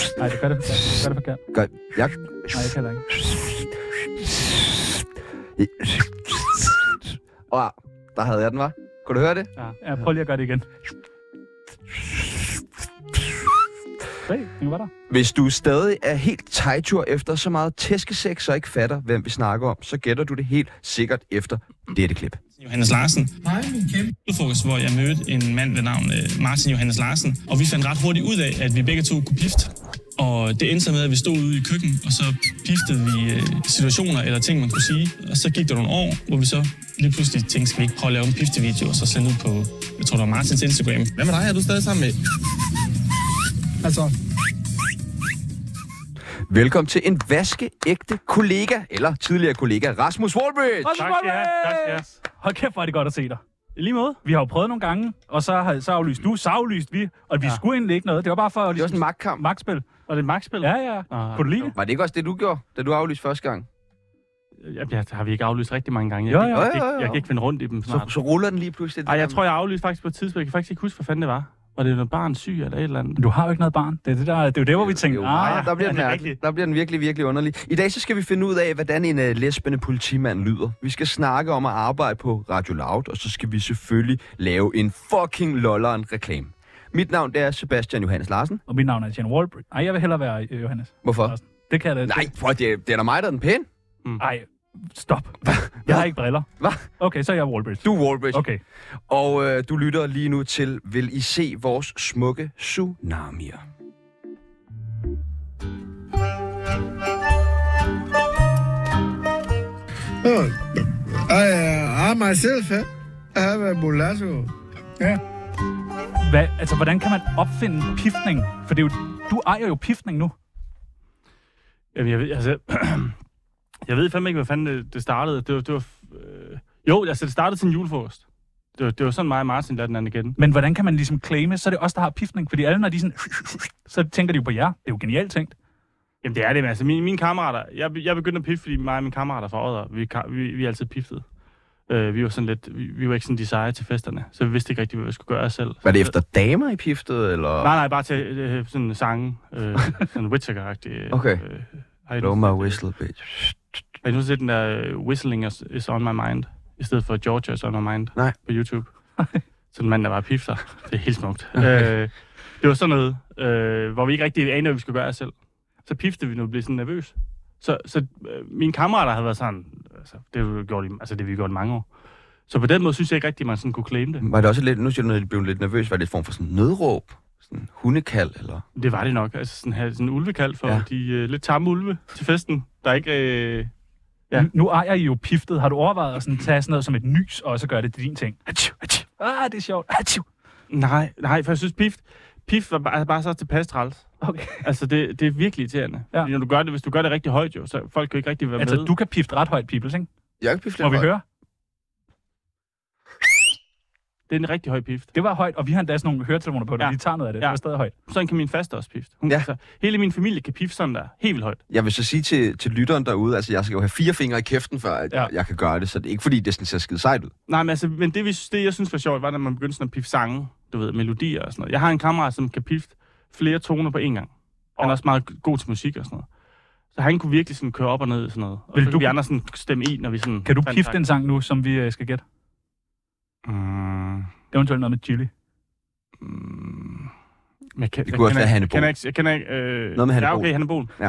Nej, det gør det forkert. Gør jeg? Nej, jeg kan ikke. Der havde jeg den, var. Kunne du høre det? Ja, prøv lige at gøre det igen. Se, det var der. Hvis du stadig er helt tegtur efter så meget tæskesex og ikke fatter, hvem vi snakker om, så gætter du det helt sikkert efter dette klip. Johannes Larsen. Hej, min kæmpe frokost, hvor jeg mødte en mand ved navn Martin Johannes Larsen. Og vi fandt ret hurtigt ud af, at vi begge to kunne pifte. Og det endte så med, at vi stod ude i køkkenet, og så piftede vi situationer eller ting, man kunne sige. Og så gik der nogle år, hvor vi så lige pludselig tænkte, skal vi ikke prøve at lave en piftevideo, og så sende ud på, jeg tror det var Martins Instagram. Hvad med dig? Er du stadig sammen med? Altså. Velkommen til en vaskeægte kollega, eller tidligere kollega, Rasmus Wallbridge. Tak skal jeg have. Hold kæft, hvor er det godt at se dig. I lige måde. Vi har jo prøvet nogle gange, og så aflyste du, så aflyste vi, og vi skulle egentlig ikke noget. Det var bare for at... Det var sådan en magtkamp. Magtspil. Og det er magtspil? Ja. Kunne du lide det? Var det ikke også det, du gjorde, da du aflyste første gang? Ja, har vi ikke aflyst rigtig mange gange? Jo. Jeg kan ikke finde rundt i dem snart. Så ruller den lige pludselig. Ej, jeg tror, jeg aflyste faktisk på et tidspunkt. Jeg kan faktisk ikke huske, hvad fanden det var. Var det noget barn syg eller et eller andet? Du har jo ikke noget barn. Det er jo det, hvor vi tænker, der bliver den mærkelig. Der bliver den virkelig, virkelig underlig. I dag så skal vi finde ud af, hvordan en lesbende politimand lyder. Vi skal snakke om at arbejde på Radio Loud, og så skal vi selvfølgelig lave en fucking lolleren reklame. Mit navn det er Sebastian Johannes Larsen. Og mit navn er Jan Wallbridge. Ej, jeg vil hellere være Johannes. Hvorfor? Larsen. Det kan jeg da. Nej, prøv, det er da mig, der er den pæn. Ej, stop. Jeg har ikke briller. Hvad? Okay, så er jeg Wallbridge. Du er Wallbridge. Okay. Og du lytter lige nu til Vil I se vores smukke tsunamier? I myself, I have a mulatto. Ja. Hvordan kan man opfinde piftning? For det er jo, du ejer jo piftning nu. Jamen, jeg ved fandme ikke, hvad fanden det startede. Det startede til en julefrokost. Det var sådan mig og Martin lærte den anden igen. Men hvordan kan man ligesom claime, så er det os, der har piftning? Fordi alle, når de sådan, så tænker de jo på jer. Det er jo genialt tænkt. Jamen, det er det, men altså mine kammerater... Jeg begyndte at pifte, fordi mig og mine kammerater fra Odder, vi er altid piftet. Vi var sådan lidt... Vi var ikke sådan de seje til festerne, så vi vidste ikke rigtig, hvad vi skulle gøre selv. Var det efter damer i piftet, eller...? Nej, bare til sådan sange. Sådan Whittaker-agtige. Okay. Blow my whistle, bitch. Har I nu set den der Whistling is on my mind, i stedet for Georgia is on my mind? Nej. På YouTube. Sådan en mand, der var pifter. Det er helt smukt. Okay. Det var sådan noget, hvor vi ikke rigtig anede, hvad vi skulle gøre selv. Så piftede vi nu og blev sådan nervøs. Så mine kammerater havde været sådan, altså, det vi gjort i mange år. Så på den måde synes jeg ikke rigtig, man sådan kunne claim det. Var det også lidt, nu siger du, at I blev lidt nervøs, var det et form for sådan nødråb? Sådan hundekald, eller? Det var det nok, altså sådan en ulvekald for de lidt tamme ulve til festen, der ikke... Ja. Nu ejer I jo piftet. Har du overvejet at sådan tage sådan noget som et nys, og så gøre det til din ting? Det er sjovt. Nej, for jeg synes pift var bare så tilpas træls. Okay. Altså, det er virkelig irriterende. Ja. Fordi hvis du gør det rigtig højt, jo, så folk kan ikke rigtig være med. Altså, du kan pifte ret højt, peoples, ikke? Jeg kan pifte lidt højt. Må vi høre? Det er en rigtig høj pift. Det var højt, og vi har endda sådan nogle høretelefoner på, der de tager noget af det. Det var stadig højt. Sådan kan min faste også pifte. Altså, hele min familie kan pifte sådan der, helt vildt højt. Jeg vil så sige til lytteren derude, altså jeg skal jo have 4 fingre i kæften, før jeg kan gøre det, så det er ikke fordi, det sådan ser skide sejt ud. Nej, men det jeg synes var sjovt, var, når man begyndte sådan at pifte sange, du ved, melodier og sådan noget. Jeg har en kammerat, som kan pifte flere toner på én gang. Han er også meget god til musik og sådan noget. Så han kunne virkelig sådan køre op og ned og sådan noget. Og så kan vi andre sådan stemme i, når vi sådan... Kan du pifte en sang nu, som vi skal gætte? Eventuelt noget med chili. Det kunne også være Hannibal. Jeg kender ikke... Noget med Hannibal. Ja, okay, Hannibal. Ja.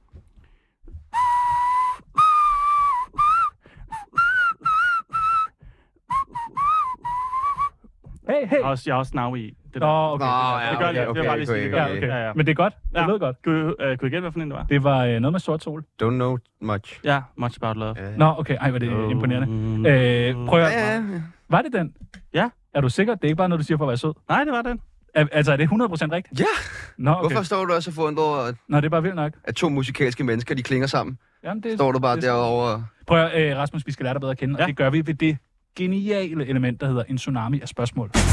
Hey. Jeg har også nav i. Okay. Det gør det. Det var bare lige sige. Okay. Men det er godt. Det lød godt. Kunne I gætte, hvad for en det var? Det var noget med sort sol. Don't know much. Ja, much about love. Nå, okay. Ej, hvor det imponerende. Prøv at... Var det den? Ja. Er du sikker? Det er ikke bare noget, du siger for at være sød? Nej, det var den. Altså, er det 100% rigtigt? Ja! Nå, okay. Hvorfor står du også forundret over, Nå, det er bare vildt nok. At 2 musikalske mennesker, de klinger sammen? Jamen, det står du bare derovre? Prøv at, Rasmus, vi skal lære dig bedre at kende, og det gør vi ved det geniale element, der hedder en tsunami af spørgsmål. En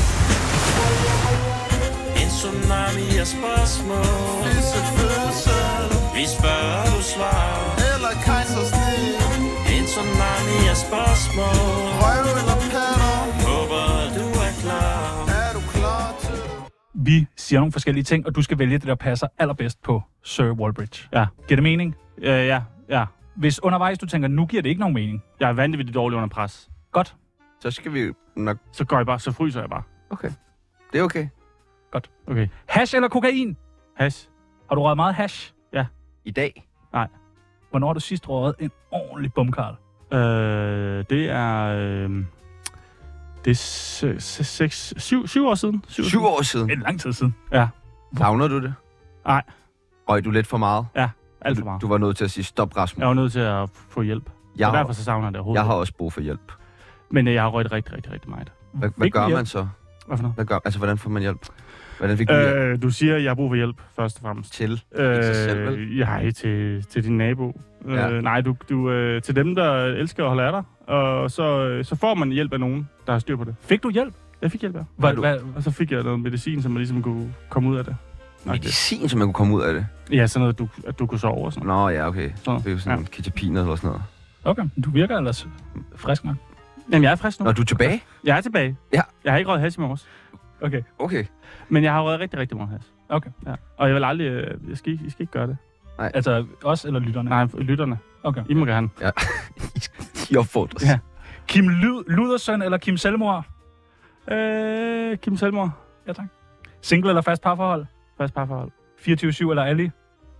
tsunami af spørgsmål. Vi spørger, du svarer. Eller kejsersnit. En tsunami af spørgsmål. Røv eller patter. Håber, du er klar. Er du klar til? Vi siger nogle forskellige ting, og du skal vælge det, der passer allerbedst på Sir Walbridge. Ja. Giver det mening? Ja. Hvis undervejs du tænker, nu giver det ikke nogen mening. Jeg er vanvittigt dårlig under pres. Godt. Så skal vi nok... Så fryser jeg bare. Okay. Det er okay. Godt. Okay. Hash eller kokain? Hash. Har du røget meget hash? I dag? Hvornår har du sidst røget en ordentlig bumkarl? Det er... det er 7 år siden. 7 år siden. En lang tid siden. Savner du det? Nej. Røg du lidt for meget? Alt for meget. Du var nødt til at sige, stop, Rasmus. Jeg var nødt til at få hjælp. Og derfor så savner jeg det overhovedet. Jeg har også brug for hjælp. Men jeg har røget rigtig, rigtig, rigtig meget. Hvad gør man så? Hvad for noget? Hvordan får man hjælp? Hvordan fik du hjælp Du siger, at jeg har brug for hjælp, først og fremmest. til? Ikke sig selv, vel? Ja, til din nabo. Ja. Nej, du til dem, der elsker at holde af dig. Og så får man hjælp af nogen, der har styr på det. Fik du hjælp? Jeg fik hjælp, ja. Og så fik jeg noget medicin, som man ligesom kunne komme ud af det. Medicin, så man kunne komme ud af det? Ja, sådan noget, at du kunne sove og sådan noget. Nå, ja, okay. Så, det er jo sådan ketapin eller sådan noget. Okay, du virker ellers frisk nok. Jamen, jeg er frisk nu. Nå, du er tilbage? Jeg er tilbage. Ja. Jeg har ikke røget hash i morges. Okay. Men jeg har røget rigtig, rigtig meget hash. Okay. Ja. Og jeg vil aldrig... I skal ikke gøre det. Nej. Altså os eller lytterne? Nej, lytterne. Okay. I må gerne. Ja. I opfordres. Ja. Kim Ludersøn eller Kim Selvmord? Kim Selvmord. Ja, tak. Single eller fast parforhold? Fast parforhold. 24/7 eller Ali?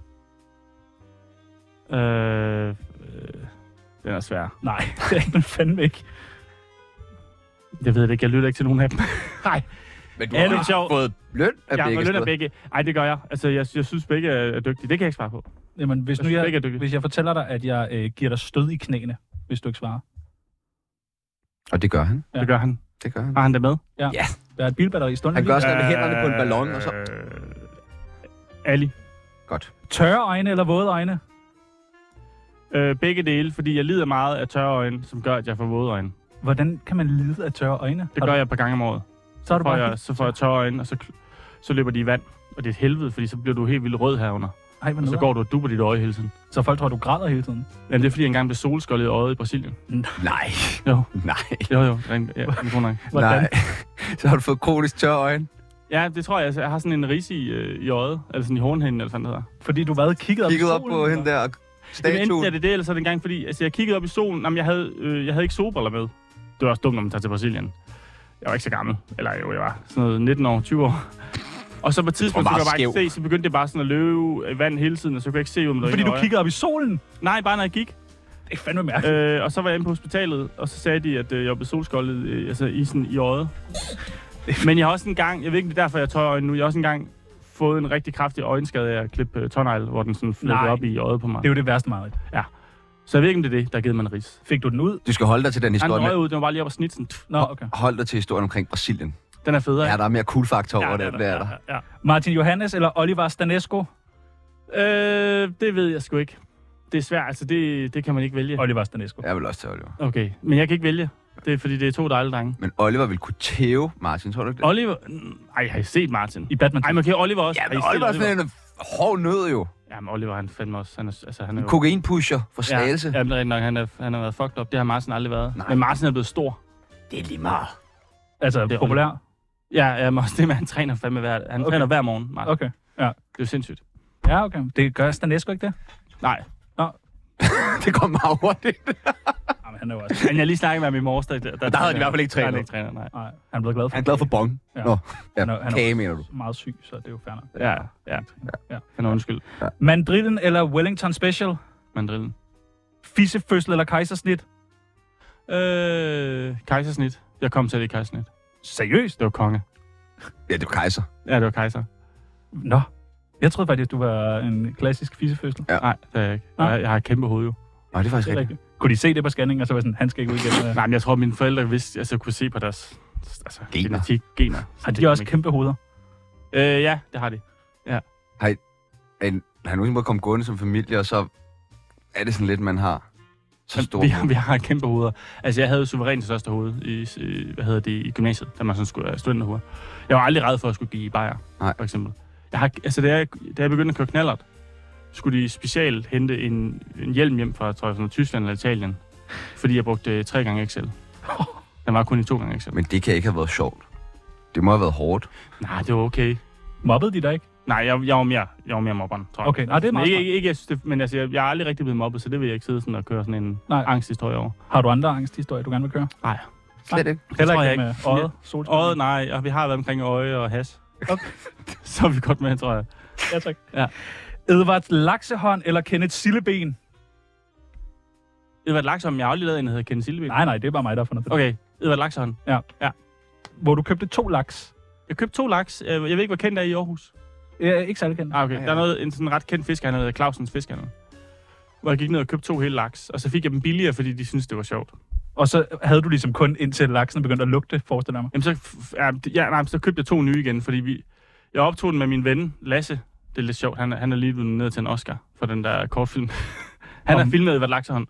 Den er svær. Nej, det er ikke den fandme ikke. Jeg ved det ikke. Jeg lytter ikke til nogen af dem. Nej. Men du Ja, det er har sjovt. fået løn af Jeg har begge fået løn af steder. begge. Ej, det gør jeg. Altså, jeg synes begge er dygtige. Det kan jeg ikke svare på. Jamen, hvis, Jeg nu synes begge er dygtige. hvis jeg fortæller dig, at jeg giver dig stød i knæene, hvis du ikke svarer. Og det gør han. Ja. Det gør han. Det gør han. Har han det med? Der er et bilbatteri stående. Han gør lige. sådan med hænderne på en ballon, og så... Ali. Godt. Tørre øjne eller våde øjne? Begge dele, fordi jeg lider meget af tørre øjne, som gør, at jeg får våde øjne. Hvordan kan man lide af tørre øjne? Det gør jeg et par gange om året. Så, er du bare Så får jeg tørre øjne, og så løber de i vand. Og det er et helvede, fordi så bliver du helt vildt rød herunder. Ej, hvor Og så nederen. går du og dupper dit øje hele tiden. Så folk tror, du græder hele tiden? Jamen, det er fordi, jeg engang blev solskoldet i øjet i Brasilien. Nej. Jo. Nej. Jo. Ja, god nok. Hvordan? Nej. Så har du fået kronisk tørre øjne. Ja, det tror jeg. Jeg har sådan en ris i øjet. Eller sådan i hornhinden, eller sådan noget. Fordi du hvad? Kiggede Kigget op på hende der Jamen, statuen. enten er det, eller så er det engang, fordi jeg kiggede op i solen. Jamen, jeg havde ikke solbriller med. Det var også dumt, når man tager til Brasilien. Jeg var ikke så gammel. Eller jo, jeg var sådan noget 19 år, 20 år. Og så på et tidspunkt, så kunne jeg bare ikke se, så begyndte det bare sådan at løbe i vand hele tiden, og så kunne jeg ikke se ud med Fordi du kiggede op i solen? Nej, bare når jeg gik. Det er fandme mærkeligt. Og så var jeg inde på hospitalet, og så sagde de, at jeg blev solskoldet altså isen i øjet. Men jeg har også en gang, jeg ved ikke, det er derfor, jeg tør øjnene nu, jeg har også en gang fået en rigtig kraftig øjenskade af at klippe tånegl, hvor den sådan flyttede op i øjet på mig. Det er jo det værste meget. Ja. Så jeg ved ikke, om det er det, der har givet mig en ris. Fik du den ud? Du skal holde dig til den Han historie. røg ud, den var bare lige op og snitsen. Nå, okay. Hold dig til historien omkring Brasilien. Den er federe. Ja, der er mere cool faktor over det den. Det er der. Ja. Martin Johannes eller Oliver Stanesco? Det ved jeg sgu ikke. Det er svært, altså det kan man ikke vælge. Oliver Stanesco. Jeg vil også til Oliver. Okay, men jeg kan ikke vælge. Det er fordi, det er to dejlige drenge. Men Oliver vil kunne tæve Martin, tror du ikke det? Oliver... Ej, har I set Martin? I Batman. Ej, man kan Oliver også. Ja, men Har I set Oliver er sådan en hård nød jo. Ja, men Oliver, han fandme også... Han er jo... Kokainpusher fra Slagelse. Ja, det er rigtig nok. Han har været fucked up. Det har Martin aldrig været. Nej. Men Martin er blevet stor. Det er lige meget. Altså, Det er populær? Ja, men også det med, han træner fandme han træner hver morgen, Martin. Okay, ja. Det er jo sindssygt. Ja, okay. Det gør Stanesco ikke det? Nej. Det kom meget hurtigt. Jamen, han er jo også... Men jeg lige snakket med ham i morges, der havde de i hvert fald ikke trænet. Han er ikke træner, nej. Nej, han er blevet glad for Han er glad for bong. Ja. Nå, ja. Han er Kage, mener du? meget syg, så det er jo fair nok. Ja. Han er undskyld. Mandrillen eller Wellington Special? Mandrillen. Fissefødsel eller kejsersnit? Kejsersnit. Jeg kom til det i kejsersnit. Seriøst? Det var konge. Ja, det var kejser. Ja, det var kejser. Nå. Jeg troede faktisk, du var en klassisk fissefødsel. Ja. Nej, det er jeg ikke. Nå. Jeg har et kæmpe hoved jo. Nej, det er faktisk Det er rigtigt. rigtigt. Kunne de se det på scanning, og så var sådan, han skal ikke ud igen? Nej, men jeg tror, at mine forældre vidste, altså kunne se på deres gener. Har de også kæmpe hoveder? Ja, det har de. Han er nogensinde kommet gående som familie, og så er det sådan lidt, man har så store Vi har kæmpe hoveder. Altså, jeg havde suverænt det største hoved i gymnasiet, da man sådan skulle have studenterhoved. Jeg var aldrig red for at skulle give bajer, for eksempel. Da jeg begyndte at køre knallert, skulle de specielt hente en hjelm hjem fra, tror jeg, sådan Tyskland eller Italien, fordi jeg brugte 3 gange Excel. Den var kun i 2 gange Excel. Men det kan ikke have været sjovt. Det må have været hårdt. Nej, det var okay. Mobbede de dig ikke? Nej, jeg var mere mobberen, tror jeg. Okay, nej, det er meget ikke, jeg synes det, men altså, jeg er aldrig rigtig blevet mobbet, så det vil jeg ikke sidde sådan og køre sådan en angsthistorie over. Har du andre angsthistorier, du gerne vil køre? Nej. Slet ikke. Heller ikke med øjet? Øjet, nej. Og vi har været omkring øje og has. Okay. Så er vi godt med, tror jeg. Ja, tak. Ja. Edvard Laksehånd eller Kenneth Silleben? Edvard Laksehånd, jeg har aldrig lavet en, der hedder Kenneth Silleben. Nej, det er bare mig, der har fundet det. Okay, Edvard Laksehånd. Ja. Hvor du købte 2 laks. Jeg købte 2 laks. Jeg ved ikke, hvor kendt er i Aarhus. Ikke særlig kendt. Okay. Der er en sådan ret kendt fiskehandler, der hedder Clausens Fiskehandel. Hvor jeg gik ned og købte 2 hele laks. Og så fik jeg dem billigere, fordi de syntes, det var sjovt. Og så havde du ligesom kun indtil laksen begyndte at lugte, forestiller jeg mig. Jamen så købte jeg 2 nye igen, fordi jeg optog den med min ven, Lasse. Det er lidt sjovt. Han er lige blevet ned til en Oscar for den der kortfilm. Han har filmet Edvard Laksehånd.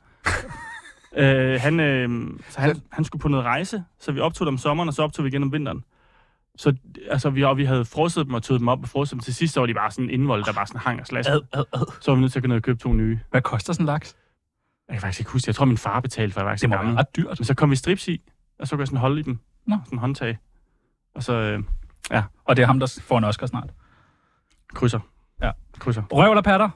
Han skulle på noget rejse, så vi optog dem om sommeren, og så optog vi igen om vinteren. Så altså, vi havde frosset dem og tøet dem op og frosset dem. Til sidst så var de bare sådan en indvold, der bare sådan hang og slaskede. Så var vi nødt til at gå ned og købe 2 nye. Hvad koster sådan en laks? Jeg kan faktisk ikke huske. Jeg tror, min far betalte for, at jeg var ikke så gammel. Det må være ret dyrt. Men så kom vi strips i, og så kunne jeg sådan holde i dem. Nå. Sådan en håndtag. Og så, ja. Og det er ham, der får en Oscar snart. Krydser. Ja. Krydser. Røv eller patter?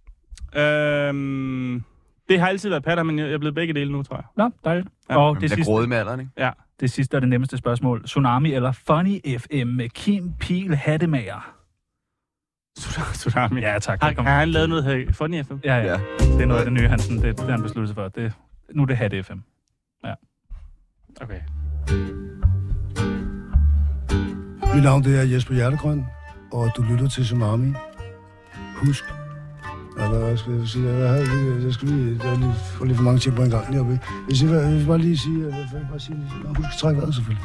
Det har altid været patter, men jeg er blevet begge dele nu, tror jeg. Nå, dejligt. Ja. Og det sidste... med alderen, ikke? Ja. Det sidste er det nemmeste spørgsmål. Tsunami eller Funny FM med Kim Pihl Hattemager? Tsunami. Ja, tak. Har han lavet noget her Funny FM? Ja. Det er noget af det nye, det han besluttet sig for. Nu er det Hatte FM. Ja. Okay. Mit navn det er Jesper Hjertegrøn, og du lytter til Tsunami. Husk. Hvad skal jeg sige? Jeg skal lige få lidt for mange ting på en gang deroppe. Jeg vil bare lige sige, husk at trække vejret selvfølgelig.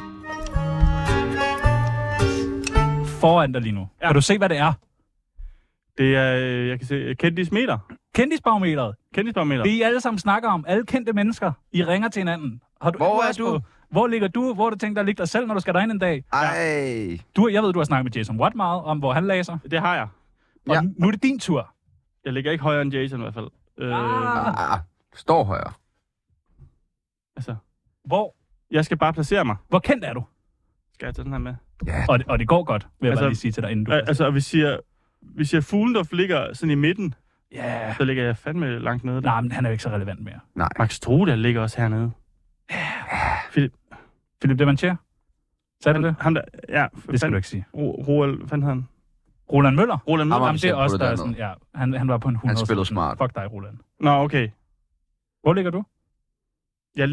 Foran dig lige nu. Ja. Kan du se, hvad det er? Det er, jeg kan se, kendismeter. Kendisbarometeret. Kendisbarometeret. Det I alle sammen snakker om. Alle kendte mennesker. I ringer til hinanden. Hvor er du? Hvor ligger du? Hvor har du tænkt dig at ligge dig selv, når du skal derind en dag? Ej. Jeg ved, du har snakket med Jason Watt meget om, hvor han læser. Det har jeg. Og nu er det din tur. Jeg ligger ikke højere end Jason i hvert fald. Står højere. Altså. Hvor? Jeg skal bare placere mig. Hvor kendt er du? Skal jeg tage den her med? Ja. Og det går godt, vil jeg bare lige sige til dig, inden du... Altså, vi siger Fuglendorf ligger sådan i midten. Ja. Så ligger jeg fandme langt nede. Nej, men han er jo ikke så relevant mere. Nej. Max Strode ligger også hernede. Philip Devanchier? Sagde du det? Ham der, ja. Det skal du ikke sige. Roald, hvad fanden han? Roland Møller? Roland Møller. Jamen, det er også der er sådan, ja. Han var på en 100. Han spillede smart. Fuck dig, Roland. Nå, okay. Hvor ligger du? Jeg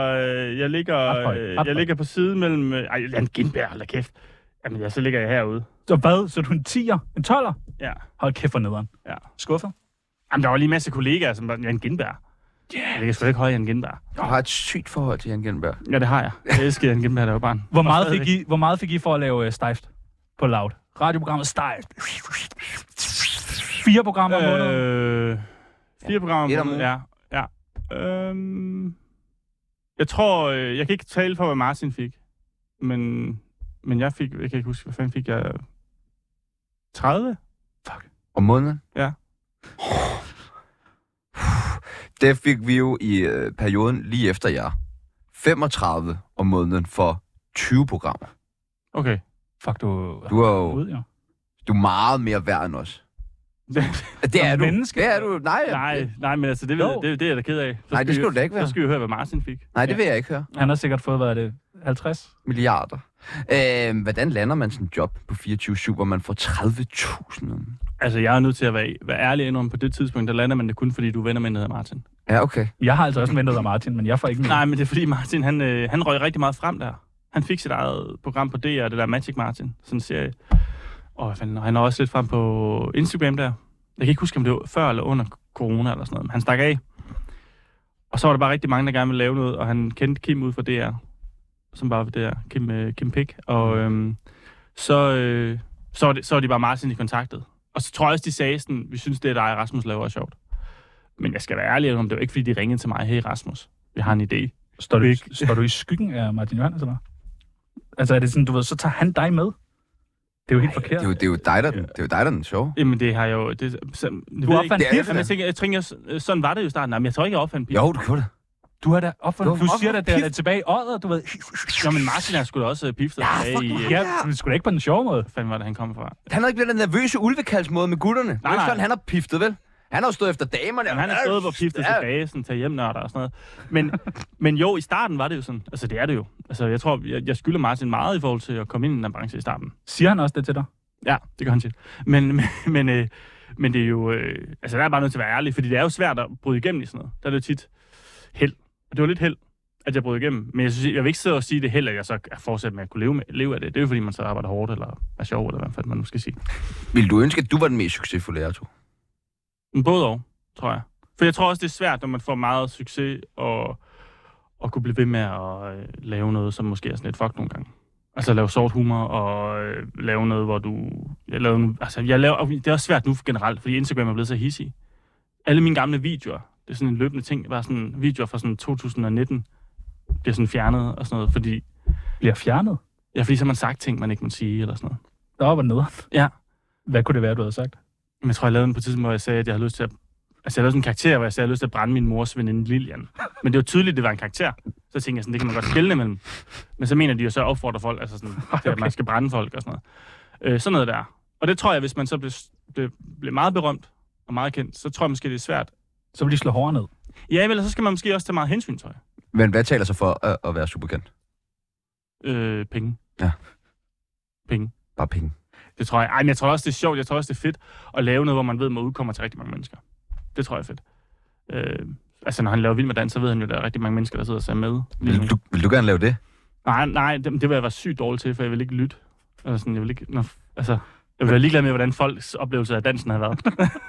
ligger på siden mellem... Jan Gindberg, hold da kæft. Jamen, så ligger jeg herude. Så hvad? Så er du en 10'er? En 12'er? Ja. Hold kæft for nederen. Ja. Skuffet? Jamen, der var lige en masse kollegaer, som var Jan Gindberg. Yeah. Jeg ligger sgu ikke højere Jan Gindberg. Du har et sygt forhold til Jan Gindberg. Ja, det har jeg. Jeg elsker Jan Gindberg, der var barn. Hvor meget fik I for at lave Stejft på Loud? Radioprogrammet Stejft. 4 programmer om måneden? 4 programmer om måneden, ja. Jeg tror, jeg kan ikke tale for, hvad Martin fik. Men jeg kan ikke huske, hvad fanden fik jeg? 30? Fuck. Om måneden? Ja. Det fik vi jo i perioden lige efter jer. 35 om måneden for 20 programmer. Okay. Fuck, du er jo... Ud, ja. Du er meget mere værd end os. Det er du. Menneske. Det er du. Nej, men altså, det er jeg da ked af. Nej, det skal du da ikke være. Så skal vi høre, hvad Martin fik. Nej, det vil jeg ikke høre. Han har sikkert fået, hvad er det, 50? Milliarder. Hvordan lander man sådan en job på 24/7, hvor man får 30.000? Altså, jeg er nødt til at være ærlig indrømme på det tidspunkt, der lander man det kun, fordi du er venner med en, der hedder Martin. Ja, okay. Jeg har altså også en ven, der hedder Martin, men jeg får ikke... Nej, men det er fordi Martin, han røg rigtig meget frem der. Han fik sit eget program på DR, det der Magic Martin, sådan en serie. Og han er også lidt frem på Instagram der. Jeg kan ikke huske, om det var før eller under corona eller sådan noget, men han stak af. Og så var der bare rigtig mange, der gerne ville lave noget, og han kendte Kim ud fra DR, som bare var DR, Kim Pick. Og så var de bare Martin i kontaktet. Og så tror jeg også, de sagde sådan, vi synes, det er dig, Rasmus laver er sjovt. Men jeg skal være ærlig om, det var ikke, fordi de ringede til mig, hey Rasmus, vi har en idé. Står du i skyggen af Martin Johannes, eller? Altså er det sådan, du ved, så tager han dig med? Det er jo helt forkert. Det er jo dig, der er den sjov. Jamen, det har jo... Du opfandt jeg tænker, sådan var det jo i starten. Nej, men jeg tror ikke, jeg opfandt Jo, du gjorde det. Du har da opfundet. Du siger da, det er tilbage i året, du ved. Jo, men Martin er sgu da også piftet tilbage i... Ja, men sgu da ikke på den sjove måde. Hvad fanden var det, han kom fra? Han har ikke blevet den nervøse ulvekaldsmåde med gutterne. Nej. Sådan, han har piftet, vel? Han har jo stået efter damerne. Jamen, han har stået på piftet tilbage, sådan til hjemnørder og sådan noget. Men jo, i starten var det jo sådan. Altså, det er det jo. Altså, jeg tror, jeg skylder Martin meget i forhold til at komme ind i den her branche i starten. Siger han også det til dig? Ja, det gør han tit. Men det er jo... altså, der er bare nødt til at være ærlig, fordi det er jo svært at bryde igennem i sådan noget. Der er det jo tit held. Og det var lidt held, at jeg brød igennem. Men jeg vil ikke sidde og sige det held, at jeg så fortsætter med at kunne leve af det. Det er jo fordi, man så arbejder hårdt, eller er sjov, eller hvad man nu skal sige. Vil du ønske, at du var den mest succesfulde af to? Både og, tror jeg. For jeg tror også, det er svært, når man får meget succes, og kunne blive ved med at lave noget, som måske er sådan lidt fuck nogle gange. Altså lave sort humor, og lave noget, hvor du... det er også svært nu generelt, fordi Instagram er blevet så hissig. Alle mine gamle videoer, det er sådan en løbende ting, var sådan videoer fra sådan 2019, bliver sådan fjernet og sådan noget, fordi... Bliver fjernet? Ja, fordi så har man sagt ting, man ikke må sige, eller sådan noget. Der var nederen. Ja. Hvad kunne det være, du havde sagt? Jeg tror, jeg lavede den på et tidspunkt, hvor jeg sagde, at jeg havde lyst til at... Altså, jeg lavede sådan en karakter, hvor jeg sagde, at jeg havde lyst til at brænde min mors veninde Lilian. Men det var tydeligt, det var en karakter. Så tænkte jeg sådan, det kan man godt skelne imellem. Men så mener de jo så opfordrer folk, altså sådan, til at man skal brænde folk og sådan noget. Sådan noget der. Og det tror jeg, hvis man så blev meget berømt og meget kendt, så tror jeg måske, det er svært. Så vil de slå hårdere ned. Ja, vel, så skal man måske også tage meget hensyn, tror jeg. Men hvad taler så for at være superkendt? Penge. Ja. Penge. Bare penge. Det tror jeg. Ej, men jeg tror også, det er sjovt. Jeg tror også, det er fedt at lave noget, hvor man ved, at man udkommer til rigtig mange mennesker. Det tror jeg er fedt. Altså, når han laver Vild med Dans, så ved han jo, at der er rigtig mange mennesker, der sidder og ser med. Vil du gerne lave det? Nej, det vil jeg være sygt dårlig til, for jeg vil ikke lytte. Altså, sådan, jeg vil ikke... jeg vil være ligeglad med, hvordan folks oplevelse af dansen har været.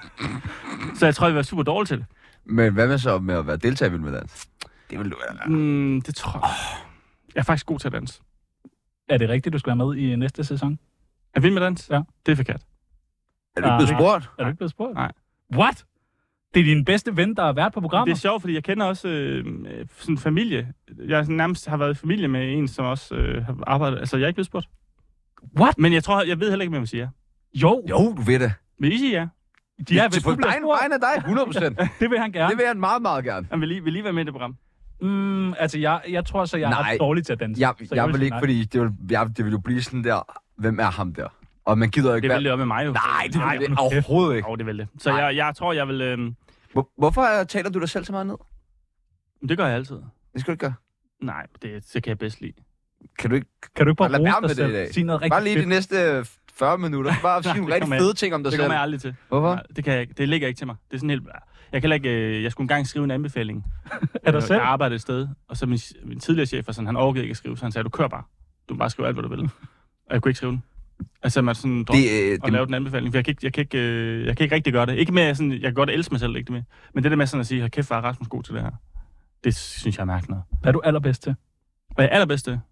Så jeg tror, jeg vil være super dårlig til det. Men hvad med så med at være deltager i Vild med Dans? Det vil du være. Det tror jeg. Jeg er faktisk god til at danse. Er det rigtigt, du skal være med i næste sæson? Er Vild med Dans? Ja. Det er forkert. Er du ikke blevet spurgt? Er du ikke blevet spurgt? Nej. What? Det er din bedste ven, der har været på programmet? Det er sjovt, fordi jeg kender også sådan familie. Jeg nærmest har været i familie med en, som også har arbejdet... Altså, jeg er ikke blevet spurgt. What? Men jeg ved heller ikke, hvad man siger. Jo, du ved det. Vil I sige ja? Ja, hvis på vejen af dig, 100%. Det vil han gerne. Det vil han meget, meget gerne. Han vil lige være med i det program. Altså, jeg tror så, jeg er dårlig til at danse. Jeg vil ikke, fordi det vil jo blive sådan der, hvem er ham der? Og man gider ikke... Det vil det også med mig jo. Nej, det overhovedet ikke. Det vil det. Så jeg tror, jeg vil... Hvorfor taler du dig selv så meget ned? Det gør jeg altid. Det skal du ikke gøre. Nej, det kan jeg bedst lide. Kan du ikke bare lade være med dig det i dag? Sige noget rigtig bare lige fedt. de næste 40 minutter. Bare sige nogle rigtig fede ting om dig selv. Det kommer jeg aldrig til. Hvorfor? Nej, det kan jeg ikke. Det ligger ikke til mig. Det er sådan helt... Jeg kan ikke... Jeg skulle engang skrive en anbefaling. Er dig selv? Jeg arbejdede et sted, og så min tidligere chef var sådan, han overgik ikke at skrive, så han sagde, du kører bare. Du må bare skrive alt, hvad du vil. Og jeg kunne ikke skrive den. Altså, man sådan og lave den anbefaling, for jeg kan ikke rigtig gøre det. Ikke med sådan, jeg kan godt elske mig selv, ikke det med. Men det der med sådan at sige, kæft, var Rasmus god til det her. Det synes jeg er mærkeligt noget. Hvad er du allerbedst til? Hvad er jeg allerbedst til?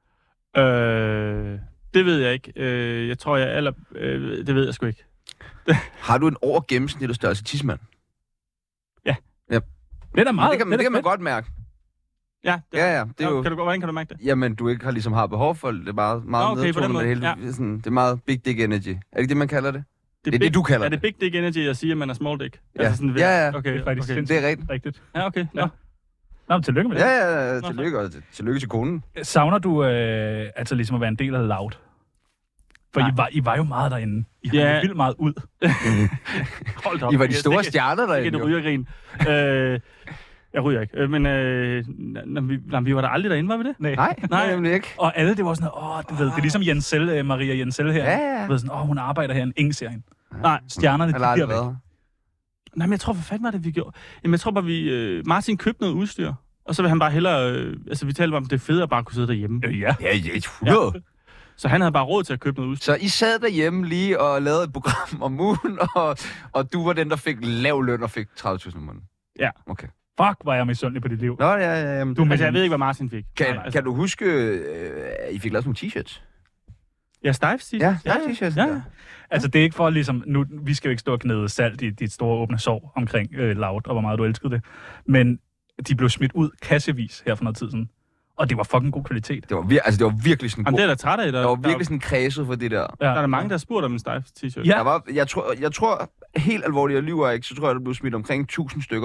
Det ved jeg ikke. Jeg tror, det ved jeg sgu ikke. Har du en over gennemsnittet størrelse tidsmand? Ja. Det er da meget. Det kan man godt mærke. Ja. Det er jo... Hvordan kan du mærke det? Jamen, du ikke har ligesom har behov for det. Det er meget nedtonet med det hele. Ja. Sådan, det er meget big dick energy. Er det ikke det, man kalder det? Det er det, du kalder det. Er det big dick energy at sige, at man er small dick? Ja. Altså sådan, Ja. Okay, det er faktisk det er rigtigt. Ja, okay. Ja. Nå, men tillykke med det. Ja, tillykke. Og tillykke til konen. Savner du altså ligesom at være en del af Loud? For I var jo meget derinde. I har jo vildt meget ud. Hold op. I var de store stjerner derinde. Ikke et rygergrin. Jeg ryger ikke. Men vi var der aldrig derinde, var vi det? Nej, nemlig ikke. Og alle, det var sådan, du ved, det er ligesom Jensel, Maria Jensel her. Ja. Du ved sådan, hun arbejder her, ingen ser hende. Nej, stjernerne, de bliver væk. Nej, men jeg tror, hvad fanden var det, vi gjorde? Jamen, jeg tror bare, Martin købte noget udstyr, og så vil han bare hellere... vi talte om, det er fedt at bare kunne sidde derhjemme. Ja. Ja. Så han havde bare råd til at købe noget udstyr. Så I sad derhjemme lige og lavede et program om ugen, og du var den, der fik lav løn og fik 30.000 om måneden? Ja. Okay. Fuck, var jeg misundelig på dit liv. Nå, ja. Jeg ved ikke, hvad Martin fik. Kan du huske, I fik lavet nogle t-shirts? Ja, Stives t-shirts. Ja, t-shirts. Ja. Altså, det er ikke for ligesom... Nu, vi skal jo ikke stå og knæde salt i dit store åbne sår omkring Loud, og hvor meget du elskede det. Men de blev smidt ud kassevis her for noget tid siden. Og det var fucking god kvalitet. Det var virkelig sådan god. Det er da træt af det. Der var virkelig sådan kredset for det der. Ja. Der er der mange, der har spurgt om en Stives t-shirt. Ja. Jeg tror helt alvorligt, jeg lyver ikke, så tror jeg, der blev smidt omkring 1000 stykker ud.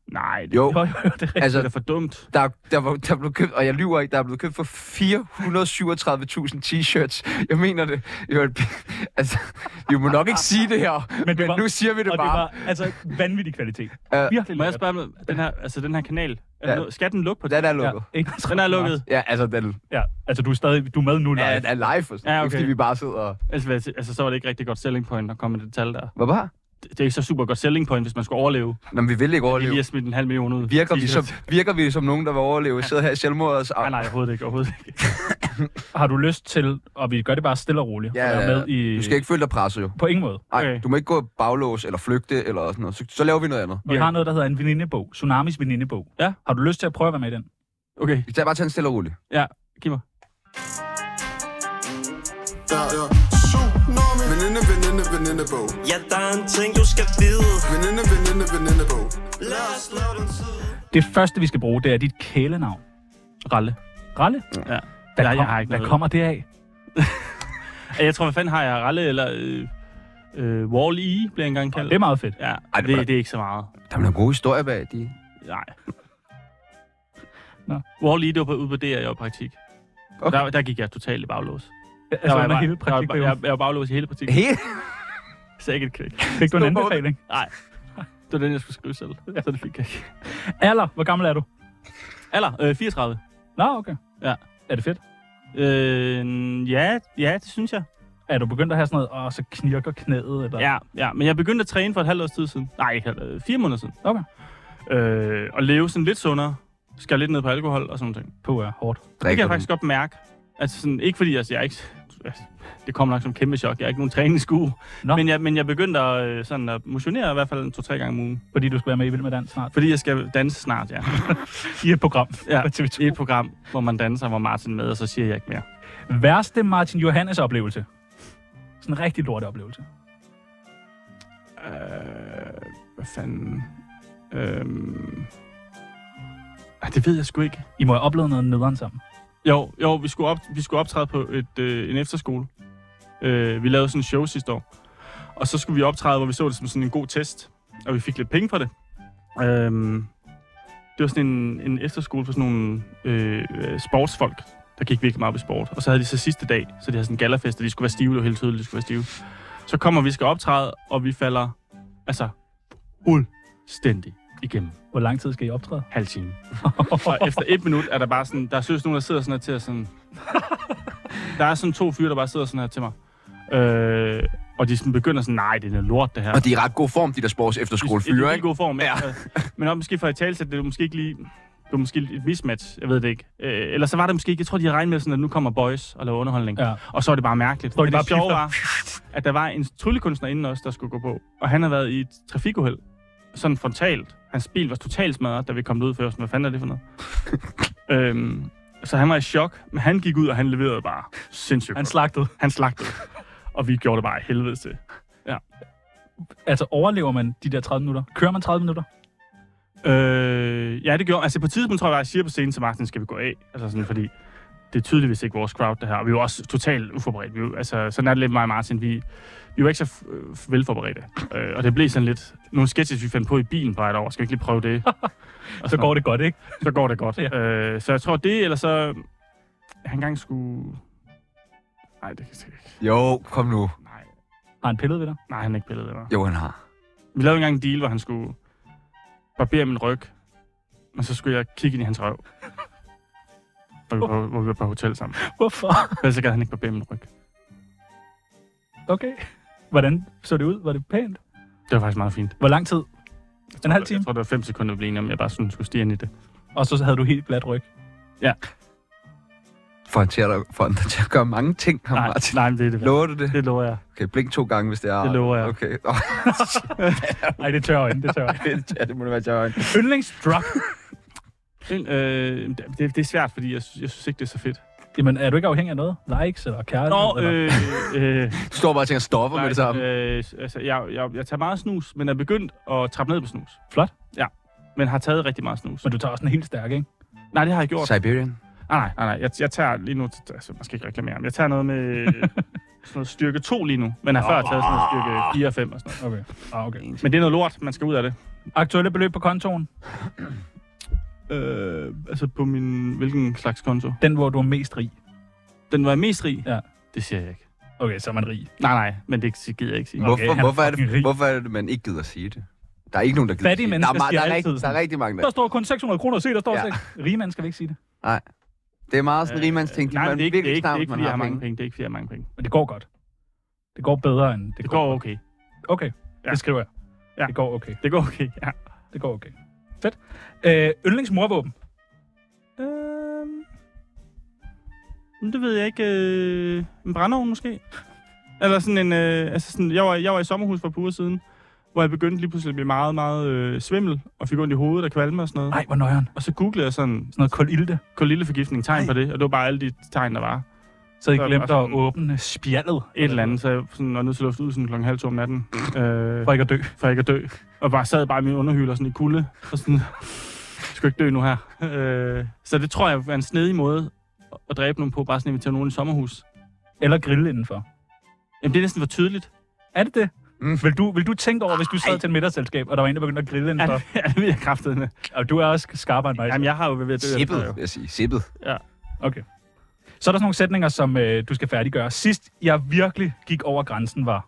Nej, det, Jo, det er rigtigt. altså, det er for dumt. der blev købt, og jeg lyver ikke, der er blevet købt for 437.000 t-shirts. Jeg mener det. Altså, vi må nok ikke sige det her, men nu siger vi det og bare. det var altså vanvittig kvalitet. Virkelig Må jeg lækkert. spørge, den her kanal, skal den lukke på Den er lukket. Ja, Den er lukket. Ja, altså, den Ja, altså du er med nu live. er live, og sådan. Ja, okay. Fordi vi bare sidder og... Altså, så var det ikke rigtig godt selling point at komme med det tal der. Hvad var? Det er ikke så super godt selling point, hvis man skulle overleve. Nå, men vi vil ikke Vi overleve. har smidt 500.000 ud. Virker vi som nogen, der vil overleve? Sidder her i selvmords... Nej, overhovedet ikke. Har du lyst til, og vi gør det bare stille og roligt, Ja, at være med i... Du skal ikke føle dig presset, jo. På ingen måde. Nej, Okay. du må ikke gå baglås eller flygte eller sådan noget. Så laver vi noget andet. Vi har noget, der hedder en venindebog. Tsunamis venindebog. Ja. Har du lyst til at prøve at være med i den? Okay, Vi tager bare tage stille og roligt. ja, giv mig. Venindebog. Ja, der er en ting, du skal vide. Venindebog. Lad os lave den tid. Det første, vi skal bruge, det er dit kælenavn. Ralle. Ralle? Ja. Hvad, Jeg har ikke hvad noget. kommer det af? Jeg tror, hvad fanden har jeg? Ralle eller Wall-E bliver engang kaldt. Det er meget fedt. Ja, Ej, det er ikke så meget. Der er nogle gode historier bag de... Nej. Nå. Wall-E, det var ude på DR, jeg var i praktik. Okay. Der gik jeg totalt i baglås. Altså under hele praktikperioden. Jeg var baglås i hele praktikken. Helt? Så ikke et kvæk. Fik du en anbefaling? Nej. Det var den, jeg skulle skrive selv. Så det fik jeg ikke. Alder, hvor gammel er du? Alder, 34. Nå, okay. Ja. Er det fedt? Ja, det synes jeg. Er du begyndt at have sådan noget, så knirker knæet? Eller? Ja, men jeg begyndte at træne for et halvt års tid siden. Nej, ikke 4 måneder siden. Okay. Og leve sådan lidt sundere. Skal lidt ned på alkohol og sådan noget. Puh, ja, hårdt. Det kan jeg faktisk godt mærke. Altså sådan, ikke fordi jeg ikke... Det kommer nok som kæmpe chok. Jeg er ikke nogen træningsguru. Men jeg begyndte at, sådan at motionere i hvert fald 2-3 gange om ugen. Fordi du skal være med i Vild med Dans snart? Fordi jeg skal danse snart, ja. I et program Ja, på TV2. i et program, hvor man danser, hvor Martin er med, og så siger jeg ikke mere. Værste Martin Johannes oplevelse? Sådan en rigtig lorte oplevelse. Hvad fanden... det ved jeg sgu ikke. I må have oplevet noget nederen sammen. Jo, vi skulle optræde på en efterskole. Vi lavede sådan en show sidste år. Og så skulle vi optræde, hvor vi så det som sådan en god test. Og vi fik lidt penge for det. Det var sådan en efterskole for sådan nogle sportsfolk, der gik virkelig meget op i sport. Og så havde de så sidste dag, så de havde sådan en gallafest, og de skulle være stive. Det var helt tydeligt, de skulle være stive. Så kommer vi skal optræde, og vi falder fuldstændig igennem. Hvor lang tid skal I optræde? Halv time. Og efter 1 minut er der bare sådan, der er seriøst nogen, der sidder sådan her til at sådan... Der er sådan 2 fyre, der bare sidder sådan her til mig. Og de sådan begynder sådan, nej, det er noget lort, det her. Og de er i ret god form, de der sports efterskolefyre, ikke? ikke? God form, ja. Men også måske for at tale det er måske ikke lige... Det var måske et mismatch, jeg ved det ikke. Eller så var det måske ikke, jeg tror, de havde regnet med sådan, at nu kommer boys og laver underholdning. Ja. Og så er det bare mærkeligt. Så er det bare sjove var, at der var en tryllekunstner inden os, der skulle gå på. Og han havde været i et trafikuheld. Sådan frontalt. Hans bil var totalt smadret, da vi kom ud først. Hvad fanden er det for noget? Så han var i chok, men han gik ud, og han leverede bare sindssygt. Han slagtede. Og vi gjorde det bare i helvede til. Ja. Altså, overlever man de der 30 minutter? Kører man 30 minutter? Ja, det gjorde. Altså, på tidspunkt tror jeg, at jeg siger på scenen til Martin, skal vi gå af. Altså sådan, fordi det er tydeligvis ikke vores crowd, det her. Og vi er jo også totalt uforberedt. Altså, sådan er det lidt mig og Martin. Vi var ikke så velforberedte. Og det blev sådan lidt... Nogle sketches, vi fandt på i bilen på et år. Skal vi ikke lige prøve det? Så går det godt, ikke? Så går det godt. Ja. Så jeg tror, det, eller så... Han engang skulle... Nej, det kan jeg ikke. Jo, kom nu. Nej. Har han pillet ved dig? Nej, han er ikke pillet ved mig. Jo, han har. Vi lavede engang en deal, hvor han skulle barbere min ryg. Og så skulle jeg kigge ind i hans røv. Hvor vi var på hotel sammen. Hvorfor? Ellers så gad han ikke barbere min ryg. Okay. Hvordan så det ud? Var det pænt? Det var faktisk meget fint. Hvor lang tid? En halv time? Jeg tror, det var 5 sekunder, vi blev enige om. Jeg bare sådan skulle stige ind i det. Og så havde du helt glat ryg? Ja. For han til at gøre mange ting, ham Martin. Nej, men det er det. Lover du det? Det lover jeg. Okay, blink 2 gange, hvis det er... Det lover jeg. Okay. Nej, det er tørre øjne, Ja, det må det være tørre øjne. Yndlingsdrug? Det er svært, fordi jeg synes ikke, det er så fedt. Jamen, er du ikke afhængig af noget? Likes eller kærlighed? Du står bare og tænker stoffer med det samme. Altså, jeg tager meget snus, men er begyndt at trappe ned på snus. Flot. Ja, men har taget rigtig meget snus. Men du tager også en helt stærk, ikke? Nej, det har jeg gjort. Siberian? Nej. Jeg tager lige nu... Altså, man skal ikke reklamere. Jeg tager noget med sådan noget styrke 2 lige nu. Men har før taget sådan noget styrke 4 og 5 og sådan noget. Okay. Men det er noget lort. Man skal ud af det. Aktuelle beløb på kontoen? Altså på min... Hvilken slags konto? Den, hvor du er mest rig. Den var mest rig? Ja. Det siger jeg ikke. Okay, så er man rig. Nej, men det gider jeg ikke sige. Okay, Hvorfor er det, man ikke gider at sige det? Der er ikke nogen, der gider Fattige sige det. mennesker siger altid Der er rigtig mange, der... Der står kun 600 kroner at se, der står rige mennesker vil ikke sige det. Nej. Det er meget sådan rimandsting. Nej, det er ikke, fordi jeg har mange penge. Det er ikke, fordi jeg har mange penge. Men det går godt. Det går bedre end... Det går okay. Okay, det skriver jeg. Ja. Det går okay. Det går okay, ja. Det går okay. Fedt. Yndlingsmorvåben? Det ved jeg ikke. En brændeovn måske? Eller sådan en... jeg var i sommerhus for et par uger siden, hvor jeg begyndte lige pludselig at blive meget, meget svimmel, og fik ondt i hovedet og kvalme og sådan noget. Nej, hvor nøjeren. Og så googlede jeg sådan noget kulilteforgiftning, tegn på det, og det var bare alle de tegn, der var. Så I glemte at åbne spjaldet? Et eller andet, så jeg var nødt til at lufte ud sådan 1:30 om natten. For ikke at dø? For ikke at dø. Og bare sad bare i min underhyler sådan i kulde, og sådan... Jeg skal ikke dø nu her. Så det tror jeg er en snedig måde at dræbe nogen på, bare sådan invitere nogen i sommerhus. Eller grille indenfor. Jamen, det er næsten for tydeligt. Er det det? Vil du tænke over, hvis du sad til et middagsselskab, og der var en, der begyndte at grille indenfor? Ja, det vil jeg kraftedeme. Og du er også skarpere end mig. Jamen, jeg har jo ved at dø. Sippet, vil jeg sige. Sippet. Ja. Okay. Så er der sådan nogle sætninger, som du skal færdiggøre. Sidst jeg virkelig gik over grænsen var...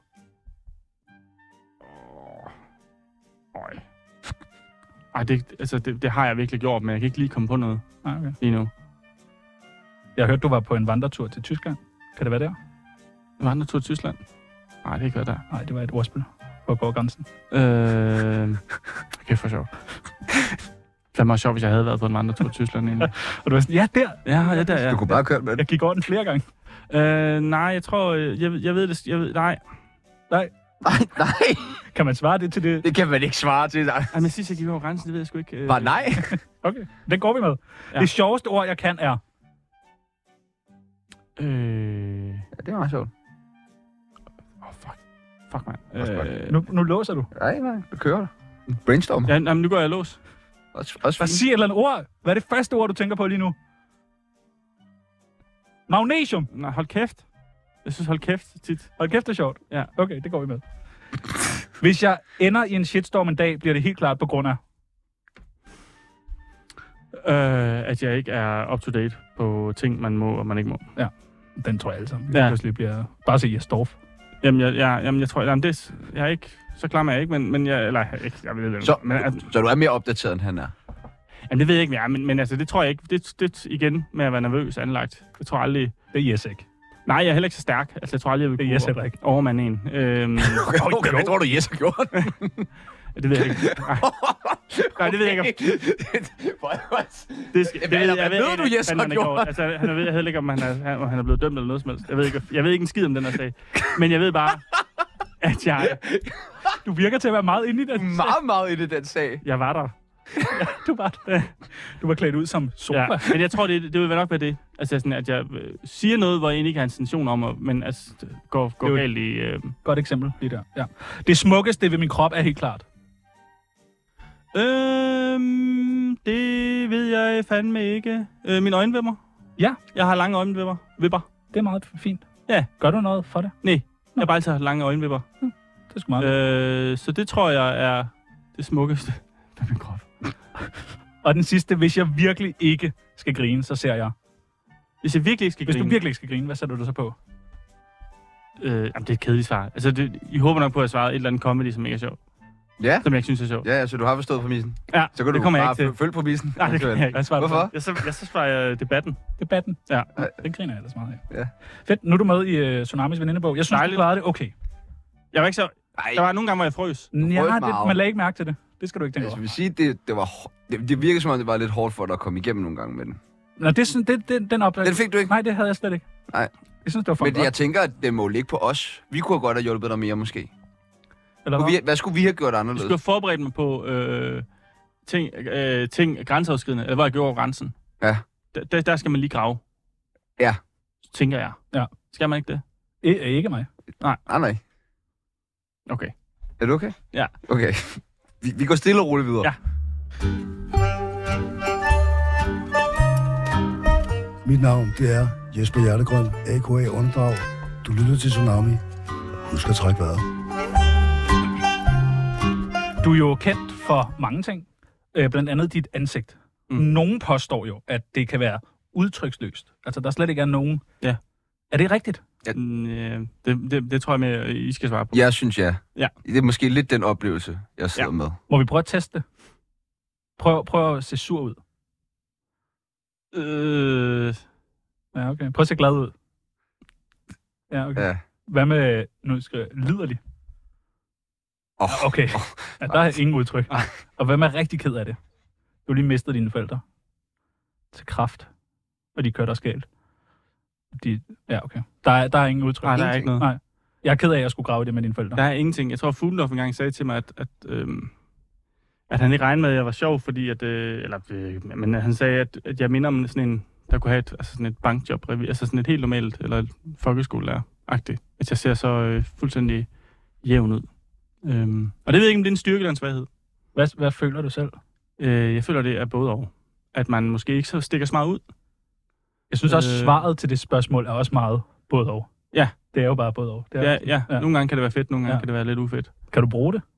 Ej, det har jeg virkelig gjort, men jeg kan ikke lige komme på noget lige nu. Jeg har hørt, du var på en vandretur til Tyskland. Kan det være der? En vandretur til Tyskland? Nej, det kan ikke være der. Nej, det var et ordspil for at gå over grænsen. Okay, for sjov. Det var meget sjovt, hvis jeg havde været på en vandretur til Tyskland egentlig. Og du var sådan, ja, der. Ja, der, ja. Du kunne bare køre med det. Jeg gik over den flere gange. Nej, jeg tror... Jeg ved det... Nej. Kan man svare det til det? Det kan man ikke svare til. Nej, men sidst jeg gik over grænsen, det ved jeg sgu ikke. Bare nej? Okay, den går vi med. Ja. Det sjoveste ord, jeg kan, er... Ja, det er meget sjovt. Fuck, mand. Nu låser du. Nej, du kører det. Brainstorm. Ja, nu går jeg lås. Også sig et eller andet ord. Hvad er det første ord, du tænker på lige nu? Magnesium. Nej, hold kæft. Jeg synes, hold kæft tit. Hold kæft er sjovt. Ja. Okay, det går vi med. Hvis jeg ender i en shitstorm en dag, bliver det helt klart på grund af... At jeg ikke er up-to-date på ting, man må og man ikke må. Ja, den tror jeg alle sammen. Ja. Pludselig bliver... Bare se Jesdorf. Jamen, jeg tror... Jamen, jeg er ikke... Så klar er jeg ikke, men jeg... Eller, jeg ved det. Så du er mere opdateret, end han er? Jamen, det ved jeg ikke mere. Men altså, det tror jeg ikke. Det igen med at være nervøs anlagt. Jeg tror aldrig... Det er Jes ikke. Nej, jeg er heller ikke så stærk. Altså, jeg tror aldrig, jeg vil kunne... Det er Jes heller ikke. Overmande en. Okay, hvad tror du, Jes har gjort? Det ved jeg ikke. Nej, det ved jeg ikke. Ved du, Jes har gjort? Altså, jeg ved heller ikke, om han er blevet dømt eller noget som helst. Jeg ved ikke en skid om den her sag. Men jeg ved bare, at jeg... Du virker til at være meget inde i den sag. Meget inde i den sag. Jeg var der. Ja, du var klædt ud som sofa. Ja, men jeg tror, det vil nok være det. Altså sådan, at jeg siger noget, hvor jeg egentlig ikke har intention om, men altså, går galt i... Godt eksempel lige der. Ja. Det smukkeste ved min krop er helt klart. Det ved jeg fandme ikke. Mine øjenvipper. Ja. Jeg har lange øjenvipper. Det er meget fint. Ja. Gør du noget for det? Nej. Jeg har bare altid haft lange øjenvipper. Det er sgu meget. Så det tror jeg er det smukkeste ved min krop. Og den sidste, hvis jeg virkelig ikke skal grine, så ser jeg... Hvis jeg virkelig ikke skal grine? Hvis du virkelig ikke skal grine, hvad sætter du så på? Jamen, det er et kedeligt svar. Altså, I håber nok på, at jeg svarede et eller andet comedy, som ikke er sjovt. Ja. Som jeg ikke synes er sjovt. Ja, så du har forstået præmissen. Ja, så kan du bare følge præmissen. Nej, det kan jeg ikke. Hvorfor? Jeg så svarer jeg debatten. Debatten? Ja. Den griner jeg ellers meget af. Ja. Fedt, nu er du med i Tsunamis venindebog. Jeg synes, du klarede det okay. Jeg var ikke så... Der var nogle gange, hvor jeg frøs. Ja, man lagde ikke mærke til det. Det skal du ikke tænke over. Jeg vil sige, det virker som om, det var lidt hårdt for dig at komme igennem nogle gange med den. Nå, den opdagelse. Den fik du ikke? Nej, det havde jeg slet ikke. Nej. Jeg synes, det var for Men godt. Jeg tænker, at det må ligge på os. Vi kunne godt have hjulpet dig mere, måske. Eller hvad skulle vi have gjort anderledes? Jeg skulle have forberedt mig på ting grænseoverskridende, eller hvor jeg gjorde over grænsen. Ja. Der skal man lige grave. Ja. Tænker jeg. Ja. Skal man ikke det? Ikke mig. Nej. Nej. Okay. Er du okay? Ja. Okay. Vi går stille og roligt videre. Ja. Mit navn, det er Jesper Hjertegrøn, a.k.a. Åndedrag. Du lytter til Tsunami. Husk at trække vejret. Du er jo kendt for mange ting, blandt andet dit ansigt. Nogen påstår jo, at det kan være udtryksløst. Altså, der slet ikke er nogen. Ja. Er det rigtigt? Det tror jeg med, I skal svare på. Jeg synes, ja. Ja. Det er måske lidt den oplevelse, jeg sidder med. Må vi prøve at teste det? Prøv at se sur ud. Ja, okay. Prøv at se glad ud. Ja, okay. Ja. Hvad med, nu skal jeg, liderlig? Okay. Ja, der er ingen udtryk. Og hvad med rigtig ked af det? Du har lige mistet dine forældre til kræft, og de kørte også galt. Ja, okay. Der er ingen udtryk. Nej, der er ikke noget. Nej. Jeg er ked af, at jeg skulle grave det med dine forældre. Der er ingenting. Jeg tror, Fuglendorf engang sagde til mig, at han ikke regnede med, at jeg var sjov, fordi men han sagde, at jeg minder om sådan en, der kunne have sådan et bankjob, altså sådan et helt normalt, eller et folkeskolelærer-agtigt. At jeg ser så fuldstændig jævn ud. Og det ved jeg ikke, om det er en styrke eller en svaghed. Hvad føler du selv? Jeg føler, det er både og. At man måske ikke så stikker så meget ud. Jeg synes også, svaret til det spørgsmål er også meget både og. Ja. Det er jo bare både og. Ja. Nogle gange kan det være fedt, nogle gange kan det være lidt ufedt. Kan du bruge det?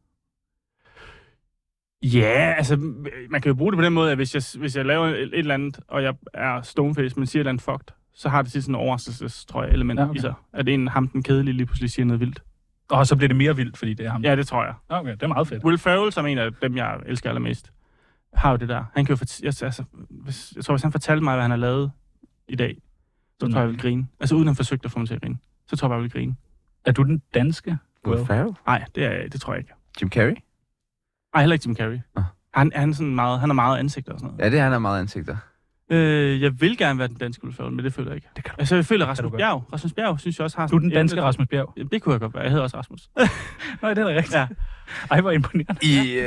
Ja, altså, man kan jo bruge det på den måde, at hvis jeg laver et eller andet, og jeg er stoneface, men siger et eller andet fucked, så har det sådan en overraskelses, tror jeg, element i sig. At ham den kedelige lige pludselig siger noget vildt. Og så bliver det mere vildt, fordi det er ham. Ja, det tror jeg. Okay, det er meget fedt. Will Ferrell, som en af dem, jeg elsker allermest, har jo det der. Han kan jo jeg tror, hvis han fortalte mig, hvad han har lavet i dag, så tror jeg, jeg vil grine. Altså uden han forsøgte at få mig til at grine. Så tror jeg, jeg vil grine. Er du den danske? Will Ferrell? Nej, det tror jeg ikke. Jim Carrey? Nej, heller ikke Jim Carrey. Han har meget ansigter og sådan noget. Ja, det er han har meget ansigter. Jeg vil gerne være den danske Will Ferrell, men det føler jeg ikke. Det kan du. Altså, jeg føler Rasmus Bjerg. Rasmus Bjerg synes jeg også har... Du er den danske Rasmus Bjerg? Det kunne jeg godt være. Jeg hedder også Rasmus. Nej, det er da rigtigt. Ja. Ej, hvor imponerende.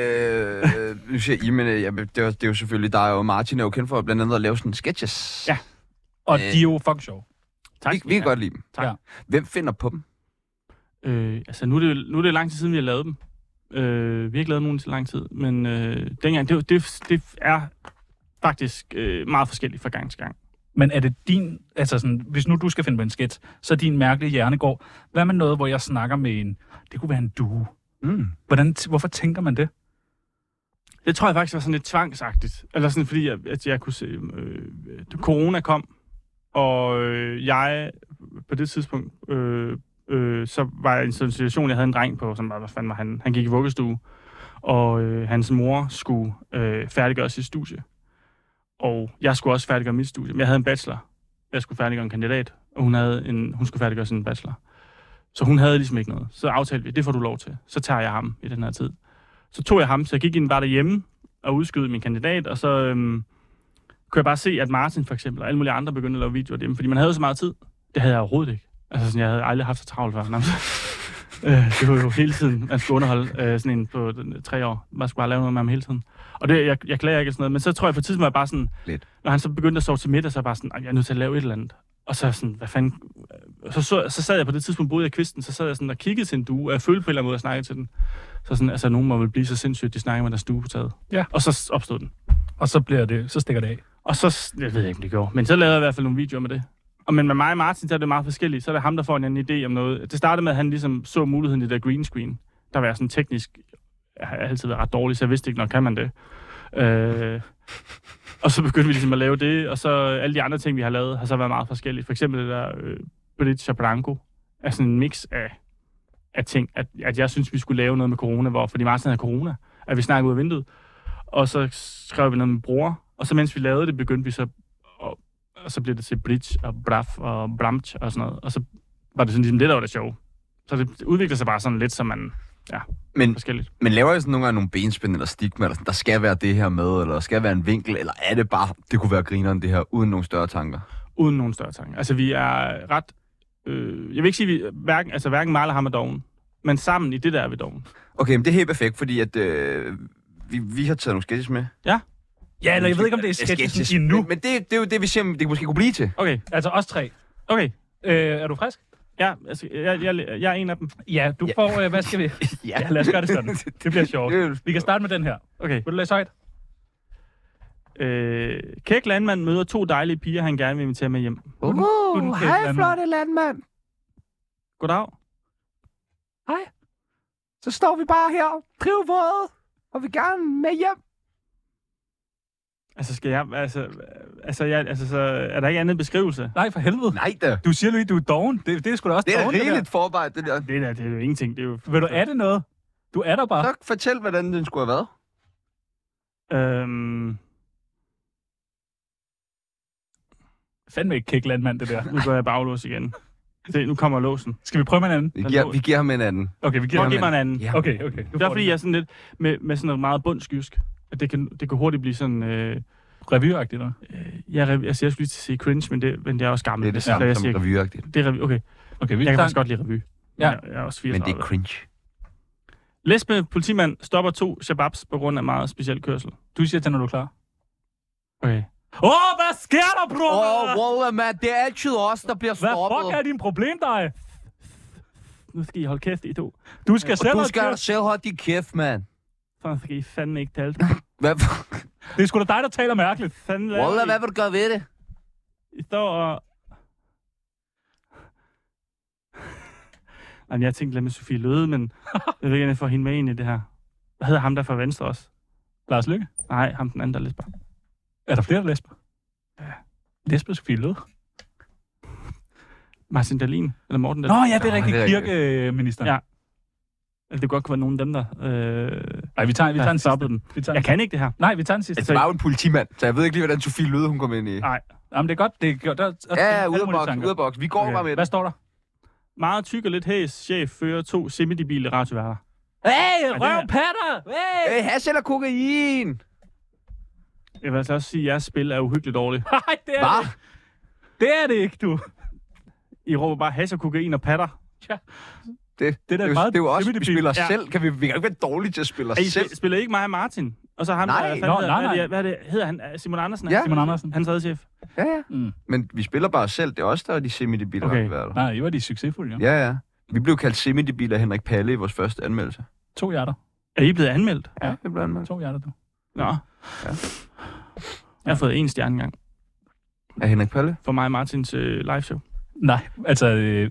Nu siger I, men det er jo selvfølgelig... Der er jo Martin er jo kendt for blandt andet at lave sådan sketches. Ja. Og de er jo fucking sjove. Tak. Vi kan godt lide dem. Tak. Ja. Hvem finder på dem? Altså, nu er det lang tid siden, vi har lavet dem. Vi har ikke lavet nogen til lang tid, men dengang, det er faktisk meget forskelligt fra gang til gang. Men er det din, altså sådan, hvis nu du skal finde på en sketch, så din mærkelige hjerne går, hvad med noget, hvor jeg snakker med en, det kunne være en due. Hvorfor tænker man det? Det tror jeg faktisk var sådan lidt tvangsagtigt. Eller sådan, fordi at jeg kunne se, corona kom, og jeg på det tidspunkt, så var jeg i en situation, jeg havde en dreng på, som hvad fanden var han? Han gik i vuggestue, og hans mor skulle færdiggøre sit studie. Og jeg skulle også færdiggøre mit studie. Men jeg havde en bachelor. Jeg skulle færdiggøre en kandidat, og hun skulle færdiggøre sin bachelor. Så hun havde ligesom ikke noget. Så aftalte vi, det får du lov til. Så tager jeg ham i den her tid. Så tog jeg ham, så jeg gik ind bare derhjemme og udskydede min kandidat, og så kunne jeg bare se, at Martin for eksempel, og alle mulige andre begyndte at lave videoer hjemme, fordi man havde så meget tid. Det havde jeg overhovedet ikke. Altså sådan, jeg havde aldrig haft så travlt før. Det var jo hele tiden, man skulle underholde sådan en på 3 år. Man skulle bare lave noget med ham hele tiden. Og det, jeg klager ikke sådan noget, men så tror jeg på et tidspunkt, var jeg bare sådan, lidt. Når han så begyndte at sove til middag, så var jeg bare sådan, jeg er nødt til at lave et eller andet. Og så sådan, hvad fanden... Så sad jeg på det tidspunkt, boede jeg i kvisten, så sad jeg sådan og kiggede til en due, og jeg følte på en eller anden måde at snakke til den. Så sådan, altså nogen må vel blive så sindssygt, de snakker med deres due på taget. Ja. Og så opstod den. Og så stikker det af. Og så, jeg ved ikke, om det går, men så lavede jeg i hvert fald nogle videoer med det. Og men med mig og Martin, så er det meget forskelligt. Så er det ham, der får en idé om noget. Det startede med, at han ligesom så muligheden i det der green screen. Der var jeg sådan teknisk... Jeg har altid været ret dårlig, så jeg vidste ikke, når kan man det. Og så begyndte vi ligesom at lave det, og så alle de andre ting, vi har lavet, har så været meget forskellige. For eksempel det der Bridge og Blanco er sådan en mix af ting. At jeg synes, vi skulle lave noget med corona, fordi Martin havde corona, at vi snakkede ud af vinduet. Og så skrev vi noget med bror, og så mens vi lavede det, begyndte vi så... Og så blev det til Bridge og Braf og Bramch og sådan noget. Og så var det sådan ligesom det, der var det sjov. Så det udvikler sig bare sådan lidt, som man... Ja, forskelligt. Men laver I sådan nogle gange nogle benspænd eller stigma, eller sådan, der skal være det her med, eller der skal være en vinkel, eller er det bare, det kunne være grineren det her, uden nogle større tanker? Uden nogle større tanker. Altså vi er ret... jeg vil ikke sige, at hverken mig eller ham er doven, men sammen i det der er vi doven. Okay, men det er helt perfekt, fordi at vi har taget nogle sketches med. Ja. Ja, eller jeg ved ikke, om det er sketches endnu. Men det er jo det, vi ser, det måske kunne blive til. Okay. Altså os 3. Okay. Er du frisk? Ja, altså, jeg er en af dem. Ja, du får... hvad skal vi... Ja, lad os gøre det sådan. Det bliver sjovt. Vi kan starte med den her. Okay. Vil du læse højt? Kæk landmand møder 2 dejlige piger, han gerne vil invitere med hjem. Hej, flotte landmand. Goddag. Hej. Så står vi bare her, drivvåde, og vil gerne med hjem. Altså, skal jeg... så er der ikke andet beskrivelse? Nej, for helvede. Nej da. Du siger lige, du er doven. Det er sgu da også Det er doven, rigeligt forarbejde, det der. Det er jo ingenting. Det er jo... Ved du, er det noget? Du er der bare. Så fortæl, hvordan den skulle have været. Fandme ikke kæklandmand, det der. Nu går jeg baglås igen. Se, nu kommer låsen. Skal vi prøve med en anden? Vi giver ham en anden. Okay, vi giver Prøv ham at give mig en anden. Ja. Okay. Det er fordi, jeg er sådan lidt med sådan noget meget bundskysk. At det kan hurtigt blive sådan... Revyagtigt, eller? jeg skulle lige til at sige cringe, men det er også Det er gammelt. det så samme jeg som siger, revyagtigt. det er revy, okay. Okay, vi Jeg kan tager faktisk godt lide revy. Ja. Jeg er også 34. Men det er cringe. Lesbe politimand stopper 2 shababs på grund af meget speciel kørsel. Du siger til, når du er klar. Okay. Hvad sker der, bro? Wallah, man, det er altid os, der bliver Hvad stoppet. fuck er din problem, dig? Nu skal I holde kæft, I to. Du skal selv Du skal selv holde din kæft, mand. Så skal I fandme ikke tale. Hvad? Det er sgu da dig, der taler mærkeligt. Fanden laver Wallah, I? hvad vil du gøre ved det? I står og... Jamen, jeg tænkte lidt med Sofie Løde, men jeg ved ikke, jeg får hende med ind i det her. Hvad hedder ham der fra Venstre også? Lars Løkke? Nej, ham den anden, der lesber. Er der flere lesber? Ja. Lesber Sofie Løde? Martin Dahlin, eller Morten Dahlin. Nå ja, det er Nå, rigtigt. det er rigtigt. Kirkeministeren. Ja. Eller det kunne godt kunne være nogen af dem, der... Nej, vi tager en sidste. stoppede dem. Vi tager Jeg kan ikke det her. Nej, vi tager en sidste. Altså, det var jo en politimand, så jeg ved ikke lige, hvordan Sofie Løde, hun kom ind i. Nej. Jamen, det er godt. Det er godt. Der er også Ja, alle ude af mulige boks, tanker. ude af boks. Vi går bare med Hvad det. står der? Meget tyk og lidt hæs. Chef fører 2 semidebile radioværter. Hey, det her- røvpatter! Hey! Hash eller kokain? Jeg vil altså også sige, at jeres spil er uhyggeligt dårligt. Nej, det er det Hvad? ikke. Det er det ikke, du. I råber bare hash og kokain og patter. Det er da jo, meget det er jo også, vi primitivt. spiller Ja. selv. Vi kan ikke være dårlige til at spille os selv. Spiller I ikke mig og Martin? Og så ham, Nej. der... Nå, nej. Hvad er det? Hedder han? Simon Andersen? Ja. Simon Andersen. Han tredje chef. Ja, ja. Mm. Men vi spiller bare os selv. Det er også der er de semi-debiler. Okay. Nej, I var de succesfulde, jo. Ja, ja. Vi blev kaldt semi-debiler af Henrik Palle i vores første anmeldelse. 2 hjerter. Er I blevet anmeldt? Ja, det blev anmeldt. 2 hjerter, du. Nå. Ja. Jeg har fået 1 stjerne engang. Af Henrik Palle? For mig og Martins liveshow. Nej, altså...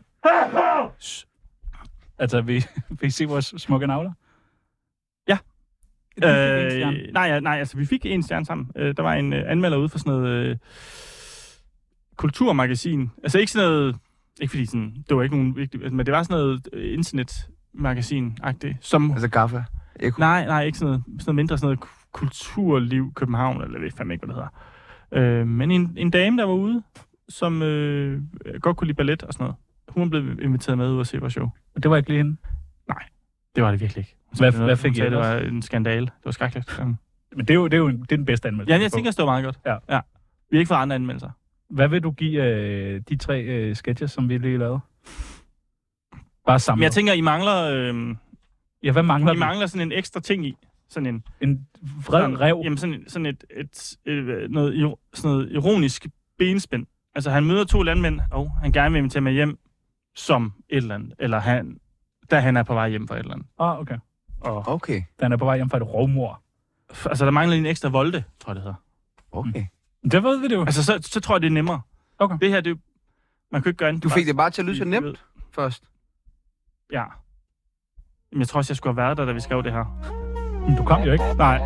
Altså, vil I se vores smukke navler? Ja. Du fik en stjerne. Nej, altså vi fik 1 stjerne sammen. Der var en anmelder ude for sådan noget kulturmagasin. Altså ikke sådan noget... Ikke fordi sådan... Det var ikke nogen vigtigt... Men det var sådan noget internetmagasin-agtigt. Som... Altså Gaffa? Eko? Nej, ikke sådan noget mindre. Sådan noget kulturliv København, eller jeg ved fandme ikke, hvad det hedder. Men en dame, der var ude, som godt kunne lide ballet og sådan noget. Hun blev inviteret med ud og se vores show. Og det var ikke lige hende. Det var det virkelig ikke. Hvad fik I Det ellers? var en skandale. Det var skrækkeligt. Men det er jo den bedste anmeldelse. Ja, jeg tænker, det var meget godt. Ja. Vi har ikke fået andre anmeldelser. Hvad vil du give de 3 sketches, som vi lige lavede? Bare sammen. Men jeg tænker, I mangler, Ja, hvad mangler I vi? mangler sådan en ekstra ting i. Sådan en... En vred rev. Jamen sådan noget ironisk benspænd. Altså, han møder 2 landmænd, og han gerne vil invitere med hjem som et eller andet. Eller da han er på vej hjem fra et eller andet. Okay. Og, Okay. Den er på vej hjem fra et rovmor. altså, der mangler lige en ekstra volte, tror jeg, det hedder. Okay. Det ved vi det jo. Altså, så tror jeg, det er nemmere. Okay. Det her, det er jo... Man kan ikke gøre andet. Du fik det bare til at lyde så nemt først. Ja. Men jeg tror også, jeg skulle have været der, da vi skrev det her. Men du kom jo ikke. Nej.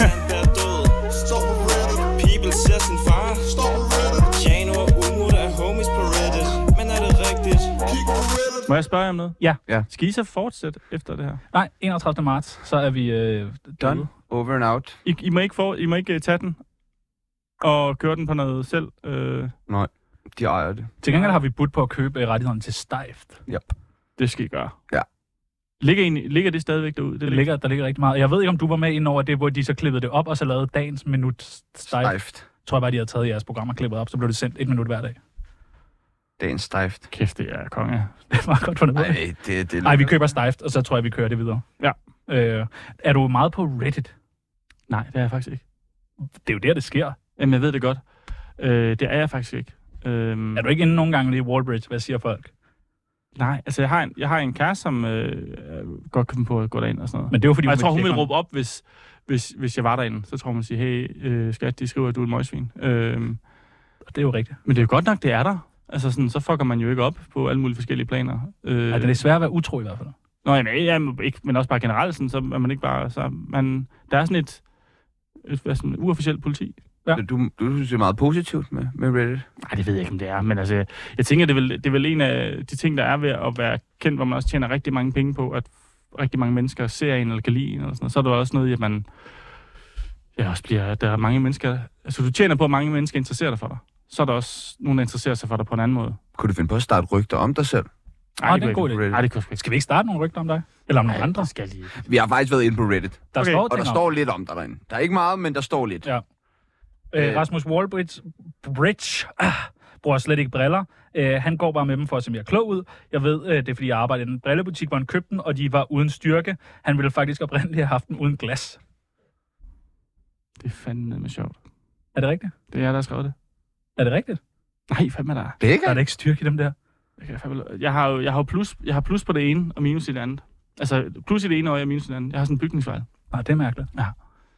People ser sin far. Tjano og Umo, der er homies på Reddit. Men er det rigtigt? Må jeg spørge jer om noget? Ja. Skal I så fortsætte efter det her? Nej, 31. marts, så er vi Done. Over and out. I må ikke tage den og køre den på noget selv. De ejer det. Til gengæld har vi budt på at købe rettighederne til Steift. Det skal I gøre. Ja. Ligger det stadigvæk derude? Der ligger rigtig meget. Jeg ved ikke, om du var med ind over det, hvor de så klippede det op, og så lavede dagens minut Steift. Stejft. Tror jeg bare, de havde taget jeres program og klippet op, så blev det sendt 1 minut hver dag. Dagens stejft. Kæft, det er konge. Det var godt for det. Nej, det Nej, vi køber Steift, og så tror jeg, vi kører det videre. Ja. Er du meget på Reddit? Nej, det er jeg faktisk ikke. Det er jo der, det sker. Jamen, jeg ved det godt. Det er jeg faktisk ikke. Er du ikke inde nogen gange lige i Wallbridge? Hvad siger folk? Nej, altså jeg har en kæreste, som godt kan finde på at gå derind og sådan noget. Men det er jo fordi, og jeg tror, hun vil råbe op, hvis jeg var derinde. Så tror hun sige, hey, skat, de skriver, at du er et møgsvin. Det er jo rigtigt. Men det er jo godt nok, det er der. Altså sådan, så fucker man jo ikke op på alle mulige forskellige planer. Det er svært at være utro i hvert fald. Nå, jamen, ikke, men også bare generelt, sådan, så er man ikke bare... Der er sådan et sådan uofficielt politi. Ja. Du synes, det er meget positivt med Reddit? Nej, det ved jeg ikke, om det er. Men altså, jeg tænker, det er vel en af de ting, der er ved at være kendt, hvor man også tjener rigtig mange penge på, at rigtig mange mennesker ser en eller kan lide en. Eller sådan noget. Så er der også noget, at man... Ja, også bliver... Der er mange mennesker... Altså, du tjener på, at mange mennesker interesserer dig for dig. Så er der også nogen, der interesserer sig for dig på en anden måde. Kunne du finde på at starte rygter om dig selv? Nej, det er en god idé. Nej, det kunne jeg. Skal vi ikke starte nogle rygter om dig? Eller om nogle andre? Skal lige. Vi har faktisk været inde på Reddit. Der står lidt om dig derinde. Der er ikke meget, men der står lidt. Ja. Rasmus Wallbridge bruger slet ikke briller. Han går bare med dem for at se mere klog ud. Jeg ved, det er fordi, jeg arbejder i en brillebutik, hvor han købte den, og de var uden styrke. Han ville faktisk oprindeligt have haft den uden glas. Det er fandme med sjovt. Er det rigtigt? Det er jeg, der har skrevet det. Er det rigtigt? Nej, fandme der. Det er ikke. Der er der ikke styrke i dem der. Jeg har plus på det ene og minus i det andet. Altså plus i det ene øje og minus i det andet. Jeg har sådan en bygningsfejl. Nej, det er mærkeligt. Ja.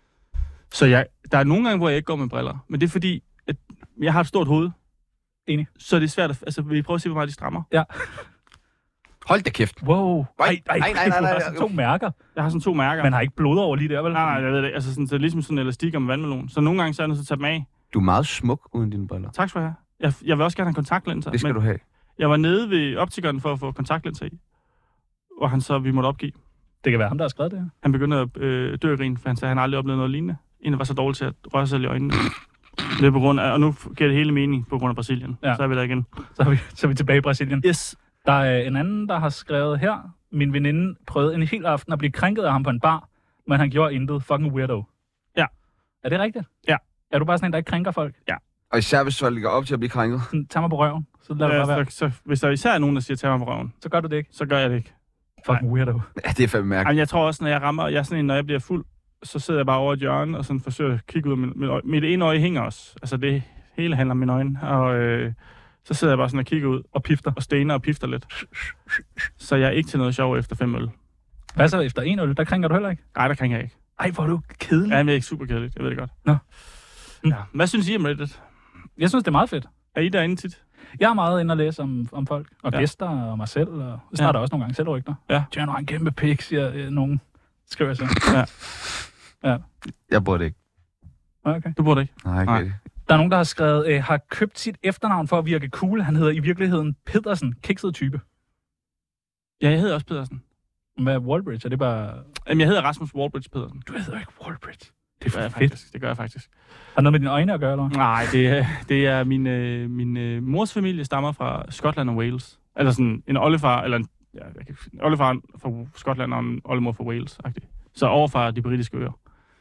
Så der er nogle gange, hvor jeg ikke går med briller. Men det er fordi, at jeg har et stort hoved. Enig. Så er det svært at... Altså, vil I prøve at se, hvor meget de strammer? Ja. Hold da kæft. Wow. Nej. Du har sådan 2 mærker. Jeg har sådan 2 mærker. Man har ikke blod over lige der, vel? Nej, jeg ved det. Altså, sådan, det er ligesom sådan en elastik om vandmelon. Så nogle gange så er jeg nødt til at tage dem af. Du er meget smuk uden dine briller. Tak skal du have. Jeg vil også gerne have kontaktlinser. Det skal du have. Jeg var nede ved optikeren for at få kontaktlinser i. Og han så, vi måtte opgive. Det kan være ham, der har skrevet det her. Han begyndte at dø i grin, for han sagde, at han aldrig oplevede noget lignende. En var så dårlig til at røre sig i øjnene. Det er på grund af, og nu giver det hele mening på grund af Brasilien. Ja. Så er vi der igen. Så er vi tilbage i Brasilien. Yes. Der er en anden, der har skrevet her. Min veninde prøvede en hel aften at blive krænket af ham på en bar, men han gjorde intet. Fucking weirdo. Ja. Er det rigtigt? Ja. Er du bare sådan en, der ikke krænker folk? Ja. Og især hvis du ligger op til at blive krænket. Tag mig på røven. Så lad det bare være. Så hvis der især er nogen, der siger, tag mig på røven. Så gør du det ikke. Så gør jeg det ikke. Fucking weirdo. Ja, det er fandme mærkeligt. Jamen, jeg tror også, når jeg bliver fuld, så sidder jeg bare over et hjørne og sådan forsøger at kigge ud af mit ene øje hænger også. Altså det hele handler om mine øjne. Og så sidder jeg bare sådan og kigger ud og pifter og stener og pifter lidt. Så jeg er ikke til noget sjov efter 5 øl. Hvad så efter 1 øl? Der krænker du heller ikke? Nej, der krænker jeg ikke. Ej, hvor er du kedelig. Ja, men jeg er ikke super kedeligt. Jeg ved det godt. Nå. Ja. Hvad synes I om Reddit? Jeg synes, det er meget fedt. Er I derinde tit? Jeg er meget inde at læse om folk. Og gæster og mig selv. Og jeg starter også nogle gange selvrygter. Ja. Tjern har en kæmpe pik, siger nogen. Skriver jeg så. Ja. Jeg burde ikke. Okay. Du burde ikke? Nej, ikke. Der er nogen, der har skrevet, har købt sit efternavn for at virke cool. Han hedder i virkeligheden Pedersen. Kikset type. Ja, jeg hedder også Pedersen. Hvad er Wallbridge? Er det bare... Jamen, jeg hedder Rasmus Wallbridge Pedersen. Du hedder ikke Wallbridge. Det gør jeg faktisk. Det gør jeg faktisk. Har noget med dine øjne at gøre, eller? Nej, det er min mors familie stammer fra Skotland og Wales. Eller sådan en oldefar, eller en oldefar fra Skotland og en oldemor fra Wales-agtig. Så overfra de britiske øer.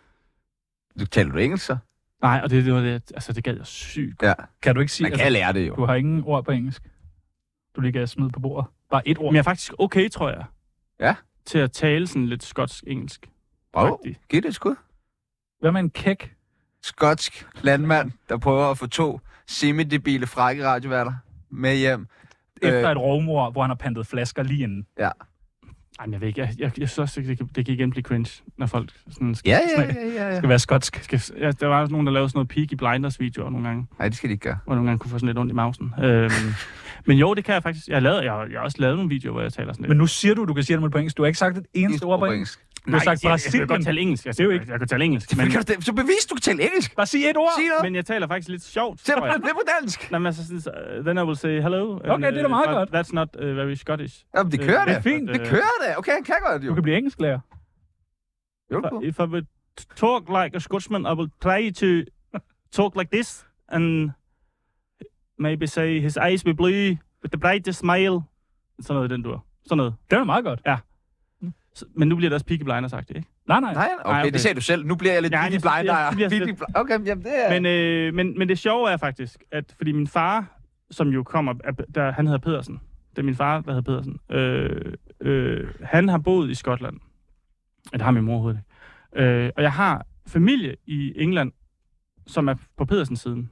Taler du engelsk så? Nej, og det gad jeg sygt. Ja. Kan du ikke sige... Man kan lære det jo. Du har ingen ord på engelsk. Du lige kan smide på bordet. Bare 1 ord. Men jeg er faktisk okay, tror jeg. Ja. Til at tale sådan lidt skotsk-engelsk. Giv det et skud. Hvad med en kæk? Skotsk landmand, der prøver at få 2 semidebile frække radioværter med hjem. Efter et rovmord, hvor han har pantet flasker lige inden. Ja. Ej, men jeg ved ikke. Jeg synes også, det kan igen blive cringe, når folk sådan skal være skotsk. Der var også nogen, der lavede sådan noget Peaky Blinders-videoer nogle gange. Nej, det skal de ikke gøre. Hvor nogle gange kunne få sådan lidt ondt i mausen. Men jo, det kan jeg faktisk. Jeg har også lavet nogle videoer, hvor jeg taler sådan lidt. Men nu siger du kan sige det på engelsk. Du har ikke sagt et eneste ord på engelsk. Du har sagt Brasilien. Jeg kan godt tale engelsk. Det er jo ikke. Jeg kan tale engelsk. Men... Så bevis, du kan tale engelsk. Bare sig 1 ord. Men jeg taler faktisk lidt sjovt. Sæt dig lidt på dansk. Nej, men altså, then I will say hello. Okay, det er da meget godt. That's not very Scottish. Jamen, det kører det. Det er fint. Det kører det. Okay, han kan godt jo. Du kan blive engelsklærer. If I would talk like a Scotsman, I will try to talk like this and maybe say his eyes were blue with the brightest smile. Sådan noget den dur. Sådan noget. Det er meget godt. Ja. Men nu bliver det også Peaky Blinders sagt, ikke? Nej. Okay, det sagde du selv. Nu bliver jeg lidt Peaky Blinders. Okay, jamen det er... Men det sjove er faktisk, at fordi min far, som jo kommer, han hedder Pedersen. Det er min far, der hedder Pedersen. Han har boet i Skotland. Det har min mor overhovedet ikke. Og jeg har familie i England, som er på Pedersens siden.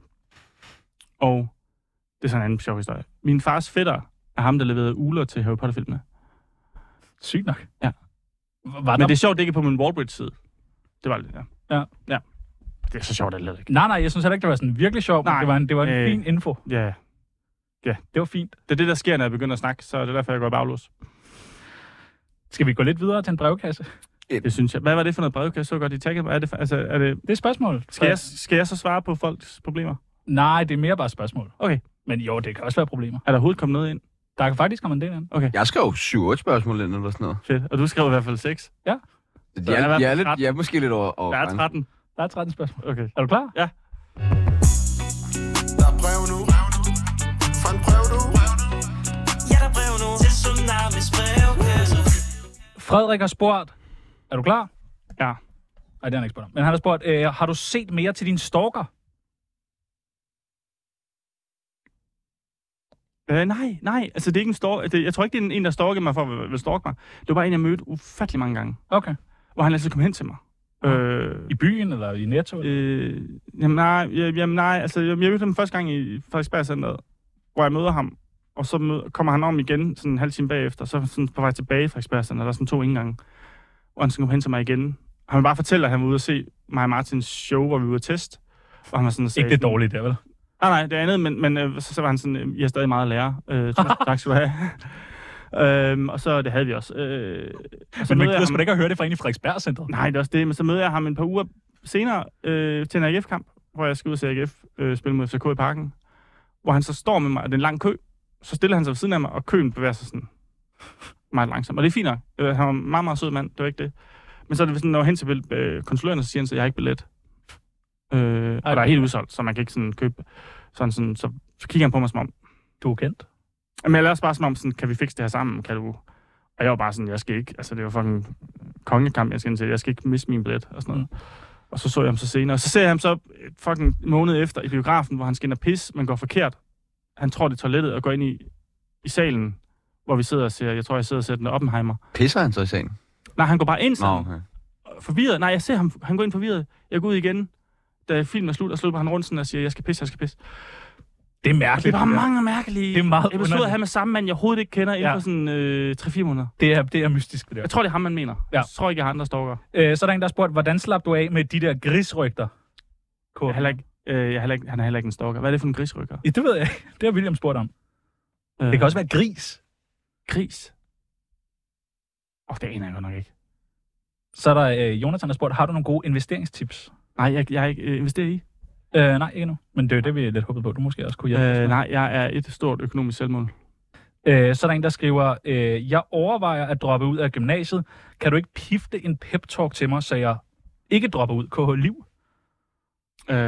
Og det er sådan en anden sjov historie. Min fars fætter er ham, der leverede uler til Harry Potter-filmene. Sygt nok. Ja. Men det er sjovt, det ikke er på min Wallbridge-side. Det var det, ja. Det er så sjovt, at det ikke. Nej, jeg synes heller ikke, det var sådan virkelig sjovt. Det var en fin info. Ja. Det var fint. Det er det, der sker, når jeg begynder at snakke, så det er derfor, jeg går i baglås. Skal vi gå lidt videre til en brevkasse? Det synes jeg. Hvad var det for noget brevkasse? Så godt, I taggede mig. Er det Det er spørgsmål. skal jeg så svare på folks problemer? Nej, det er mere bare spørgsmål. Okay. Men jo, det kan også være problemer. Er der overhovedet kommet noget ind? Der kan faktisk komme en del ind. Okay. Jeg skrev 7-8 spørgsmål ind eller sådan noget. Fedt. Og du skrev i hvert fald 6. Ja. Jeg er måske lidt over Der er 13. Der er 13 spørgsmål. Okay. Er du klar? Ja. Der er brev nu. For en brev nu. Ja, der er brev nu. Til Tsunamis brevkasse. Frederik har spurgt... Er du klar? Ja. Nej, det har han ikke spurgt om. Men han har spurgt, har du set mere til din stalker? Nej. Altså, det er ikke en stalker. Jeg tror ikke, det er en, der stalker mig for at vil stalke mig. Det var bare en, jeg mødte ufattelig mange gange. Okay. Hvor han altid kom hen til mig. I byen eller i Netto? Nej. Altså, jeg mødte ham første gang i Frederiksberg-centeret, hvor jeg møder ham. Og så kommer han om igen, sådan en halv time bagefter. Så sådan på vej tilbage i Frederiksberg-centeret. Der er sådan 2 indgange. Og han kom hen til mig igen. Han vil bare fortælle, at han var ude at se mig og Martins show, hvor vi var ude at teste. Og han var sådan, ikke det dårligt, det er vel? Nej, det andet, men så var han sådan, I har stadig meget at lære. Tak skal du have. Og så, det havde vi også. Men man gider sgu da ikke at høre det fra en i Frederiksberg-centeret. Nej, det er også det. Men så møder jeg ham et par uger senere til en AGF-kamp, hvor jeg skal ud og se AGF spille mod FCK i Parken. Hvor han så står med mig, og det er en lang kø. Så stiller han sig ved siden af mig, og køen bevæger sig sådan meget langsomt. Og det er fint nok. Han var en meget, meget sød mand. Det var ikke det. Men så er det sådan, når hen til konsuløren, så siger han, så jeg har ikke billet. Og der er helt udsolgt, så man kan ikke sådan købe. Så kigger han på mig som om, du er kendt. Men jeg lader også bare som om, sådan, kan vi fikse det her sammen, kan du? Og jeg var bare sådan, jeg skal ikke, altså det var fucking kongekamp, jeg skal ikke miste min billet og sådan noget. Og så jeg ham så senere. Og så ser jeg ham så fucking måned efter i biografen, hvor han skinner pis, men går forkert. Han tror, det er toilettet og går ind i salen, hvor vi sidder og ser, jeg tror, jeg sidder og ser den Oppenheimer. Pisser han så i salen? Nej, han går bare ind sådan. Okay. Forvirret. Nej, jeg ser ham, han går ind forvirret. Jeg går ud igen, da filmen er slut, og slutter han rundt sådan og siger, jeg skal pisse. Det er mærkeligt. Det var mange mærkelige det er meget episoder at have med samme mand, jeg overhovedet ikke kender, inden for sådan 3-4 måneder. Det er mystisk, det der. Jeg tror, det er ham, man mener. Ja. Jeg tror ikke, jeg har andre stalker. Så er der en, der har spurgt, hvordan slap du af med de der grisrygter? Han er heller ikke en stalker. Hvad er det for en grisrykker? Ja, det ved jeg ikke. Det har William spurgt om. Det kan også være gris. Gris? Det aner jeg godt nok ikke. Så er der Jonathan, der spurgt, har du nogle gode investeringstips? Nej, jeg har ikke investeret i. Nej, ikke endnu. Men det er det, vi er lidt håbet på. Du måske også kunne hjælpe. Nej, jeg er et stort økonomisk selvmål. Så er der en, der skriver, jeg overvejer at droppe ud af gymnasiet. Kan du ikke pifte en pep-talk til mig, så jeg ikke dropper ud? KH Liv? Det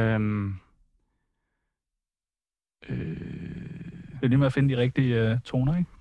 er lige med at finde de rigtige toner, ikke?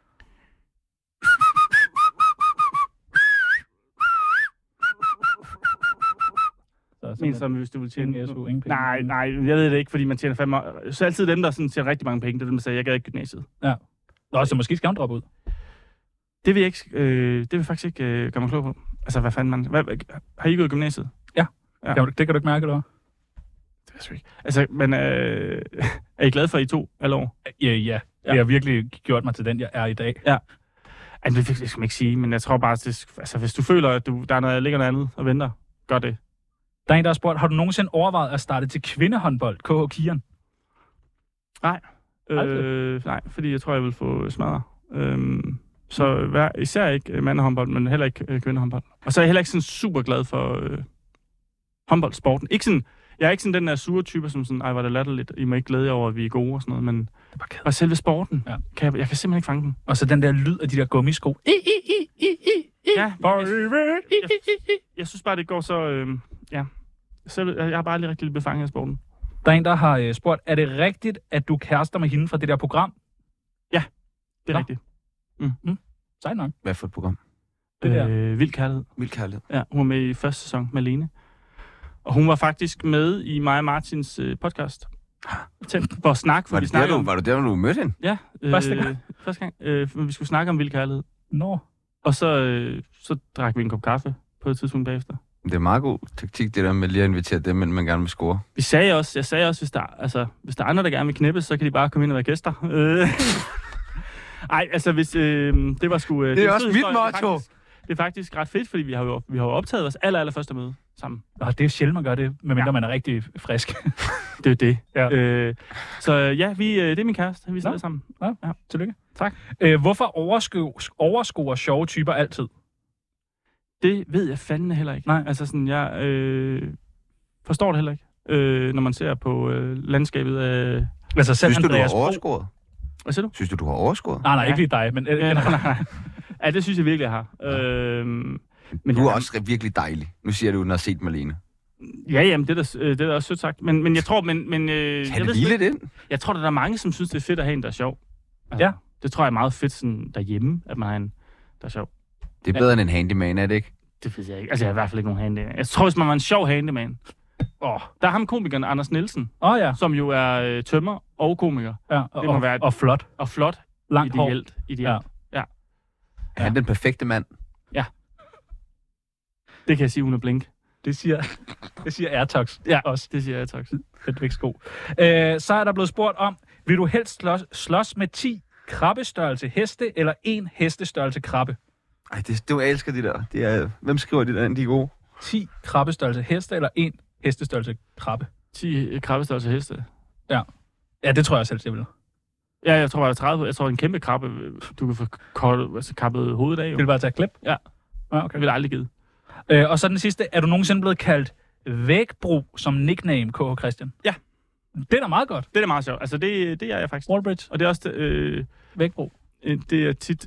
Men som hvis du vil tjene SU, ingen penge. Nej, jeg ved det ikke, fordi man tjener 5 år. Så altid dem, der sådan tjener rigtig mange penge, det er dem, der siger, jeg gad ikke gymnasiet. Ja. Så måske skal han droppe ud? Det vil jeg ikke, det vil faktisk ikke gøre mig klog på. Altså, hvad fanden har I gået i gymnasiet? Ja. Det kan du ikke mærke, eller? Det er sgu ikke. Altså, men er I glade for, I 2 alle år? Ja. Det har virkelig gjort mig til den, jeg er i dag. Ja. Altså, det skal man ikke sige, men jeg tror bare, at hvis du føler, at der ligger noget andet og venter, gør det. Der er en, der har spurgt, har du nogensinde overvejet at starte til kvindehåndbold, KH Kian? Nej. Nej, fordi jeg tror, jeg vil få smadret. Så især ikke mandehåndbold, men heller ikke kvindehåndbold. Og så er jeg heller ikke sådan super glad for håndboldsporten. Jeg er ikke sådan den der sure type, som sådan, var det latterligt, I må ikke glæde jer over, at vi er gode og sådan noget, men bare selve sporten, jeg kan simpelthen ikke fange den. Og så den der lyd af de der gummisko. Ja, jeg synes bare, det går så, jeg har bare aldrig rigtig blevet fanget af sporten. Der er en, der har spurgt, er det rigtigt, at du kærester med hende fra det der program? Ja, det er rigtigt. Sejt nok. Hvad for et program? Det der. Vild Kærlighed. Vild Kærlighed. Ja, hun var med i første sæson med Lene. Og hun var faktisk med i mig og Martins podcast. For at snakke, var det der, du mødte hende? Ja. Første gang. Vi skulle snakke om Vild Kærlighed. Og så drak vi en kop kaffe på et tidspunkt bagefter. Det er meget god taktik, det der med lige at invitere dem, men man gerne vil score. Jeg sagde også, hvis der er andre, der gerne vil knippes, så kan de bare komme ind og være gæster. Ej, altså hvis det var sgu... det er også mit motto. Det er faktisk ret fedt, fordi vi har jo optaget vores allerførste møde sammen. Det er jo sjældent, man gør det, medmindre man er rigtig frisk. Det er det. Ja. Så ja, det er min kæreste. Vi sidder sammen. Ja, tillykke. Tak. Hvorfor overskuer sjove typer altid? Det ved jeg fandme heller ikke. Nej. Altså sådan, jeg forstår det heller ikke, når man ser på landskabet af... Altså selv Synes du Andreas har overskåret? Hvad siger du? Synes du har overskåret? Nej, ikke lige dig, men... Nej. Ja, det synes jeg virkelig, jeg har. Men Du er også virkelig dejlig. Nu siger du, uden at have set Marlene. Ja, jamen, det er da også sødt sagt. Men jeg tror, Kan jeg det lige lidt ind? Jeg tror, der er mange, som synes, det er fedt at have en, der er sjov. Altså, Ja. Det tror jeg er meget fedt sådan, derhjemme, at man har en, der er sjov. Det er bedre end en handyman, er det ikke? Det ved jeg ikke. Altså, jeg er i hvert fald ikke nogen handyman. Jeg tror, hvis man var en sjov handyman. Der er ham komikeren Anders Nielsen, ja. som jo er tømmer og komiker. Ja, og flot. Og flot. Langt hår. Ideelt. Er han den perfekte mand? Det kan jeg sige uden at blinke. Det siger Airtox. Ja, også. det siger jeg tak. Fedt vækstsko. Så er der blevet spurgt om, vil du helst slås med 10 krabbestørrelse heste, eller 1 hestestørrelse krabbe? Ej, jeg elsker de der. Det er, hvem skriver de der ind? De er gode. 10 krabbestørrelse heste, eller 1 hestestørrelse krabbe? 10 krabbestørrelse heste. Ja, det tror jeg selv, jeg vil. Ja, jeg tror bare 30. Jeg tror, en kæmpe krabbe, du kan få kappet hovedet af. Jo. Vil du bare tage klip? Ja. Okay. Det vil jeg aldrig give. Og så den sidste. Er du nogensinde blevet kaldt Vægbro som nickname, K.H. Christian? Ja. Det er da meget godt. Det er da meget sjovt. Altså, det er jeg faktisk. Wallbridge. Og det er også... Vægbro. Det er tit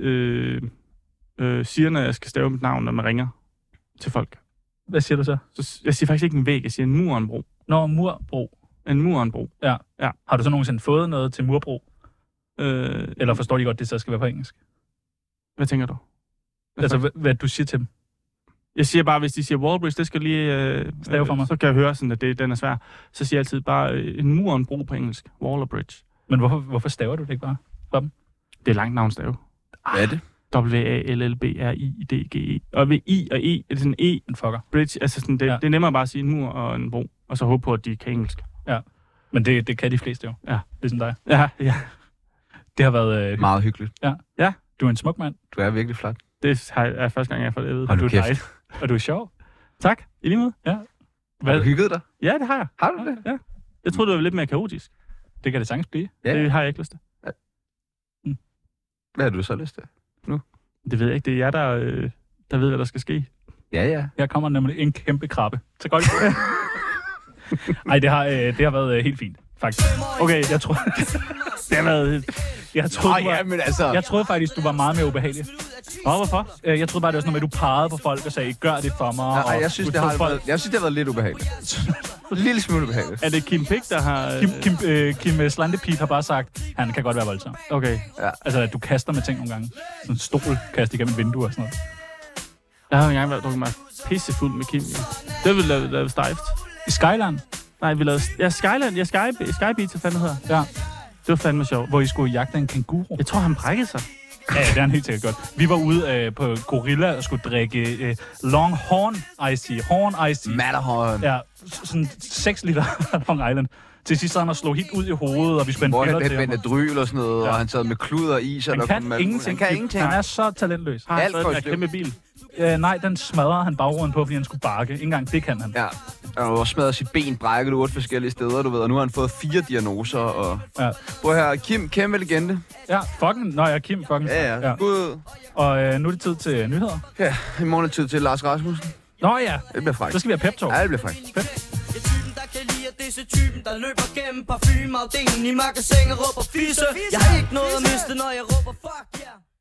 siger, når jeg skal stave mit navn, når man ringer til folk. Hvad siger du så? Jeg siger faktisk ikke en væg, jeg siger en murenbro. Nå, murbro. En murenbro. Ja. Ja. Har du så nogensinde fået noget til murbro? Eller forstår de godt, det så skal være på engelsk? Hvad tænker du? Altså, hvad du siger til dem? Jeg siger bare, hvis de siger Wallbridge, det skal lige... Stave for mig. Så kan jeg høre sådan, at den er svær. Så siger jeg altid bare en murenbro på engelsk. Waller-bridge. Men hvorfor staver du det ikke bare for dem? Det er langt navnstave. Hvad er det? W-A-L-L-B-R-I-D-G-E. Og ved I og E, det er sådan E. En fucker. Bridge, altså sådan, det er nemmere bare at sige en mur og en bro. Og så håbe på, at de kan engelsk. Ja. Men det kan de fleste jo. Ja. Ligesom dig. Ja. Det har været... Meget hyggeligt. Ja. Du er en smuk mand. Du er virkelig flot. Det er første gang, jeg får det at vide. Hold Du nu er kæft. dejlig. Og du er sjov. Tak. I lige måde. Ja. Har du hygget dig? Ja, det har jeg. Har du det? Ja. Jeg troede, det var lidt mere kaotisk. Det kan det sagtens blive. Ja. Det har jeg ikke lyst til. Hvad har du så lyst til? Det ved jeg ikke. Det er jer, der ved, hvad der skal ske. Ja. Her kommer nemlig en kæmpe krabbe. Så godt. Ej, det har været helt fint, faktisk. Okay, Jeg tror... det har været... Men altså... Jeg troede faktisk, du var meget mere ubehagelig. Hvorfor? Jeg troede bare, det var sådan noget med, at du pegede på folk og sagde, gør det for mig. Nej, jeg synes, det har været lidt ubehageligt. En lille smule ubehageligt. Er det Kim Pick, der har... Kim Slantepip har bare sagt, han kan godt være voldsom. Okay. Ja. Altså, at du kaster med ting nogle gange. Sådan en stol kaster igennem et vindue og sådan noget. Jeg har jo engang drukket mig pissefuld med Kim. Jo. Det har vi lavet stejft. I Skyland? Nej, vi lavede... Ja, Skyland. Ja, Skybeat, hvad fanden hedder. Ja. Det var fandme sjovt. Hvor I skulle jagte en kænguru. Jeg tror, han brækkede sig. Ja, det er han helt sikkert godt. Vi var ude på Gorilla og skulle drikke Longhorn Ice Tea. Horn Ice Tea. Matterhorn. Ja, sådan 6 liter Long Island. Til sidst han slog helt ud i hovedet, og vi spændte Hvor piller han til ham. Benadryl og sådan noget, og han sad med kluder i sig. Han kan ingenting. Han kan ingenting. Han er så talentløs. Har han Alt for stadig et en stykke. kæmpe bil? Nej, den smadrede han bagruden på, fordi han skulle bakke. Ikke engang det kan han. Ja, og har smadret sit ben, brækket 8 forskellige steder, du ved, og nu har han fået 4 diagnoser, og... Ja. Prøv her, Kim, kæmpe legende. Ja, fucking. Nå ja, Kim fucking. Ja. Gud. Og nu er det tid til nyheder. Ja, i morgen er det tid til Lars Rasmussen. Nå ja, Det bliver frækt. så skal vi have pep talk. Ja, det bliver frækt. Jeg er typen, der kan lide, at det er typen, der løber gennem parfumeafdelingen i magasin og råber fisse. Jeg har ikke noget at miste, når jeg råber fuck yeah.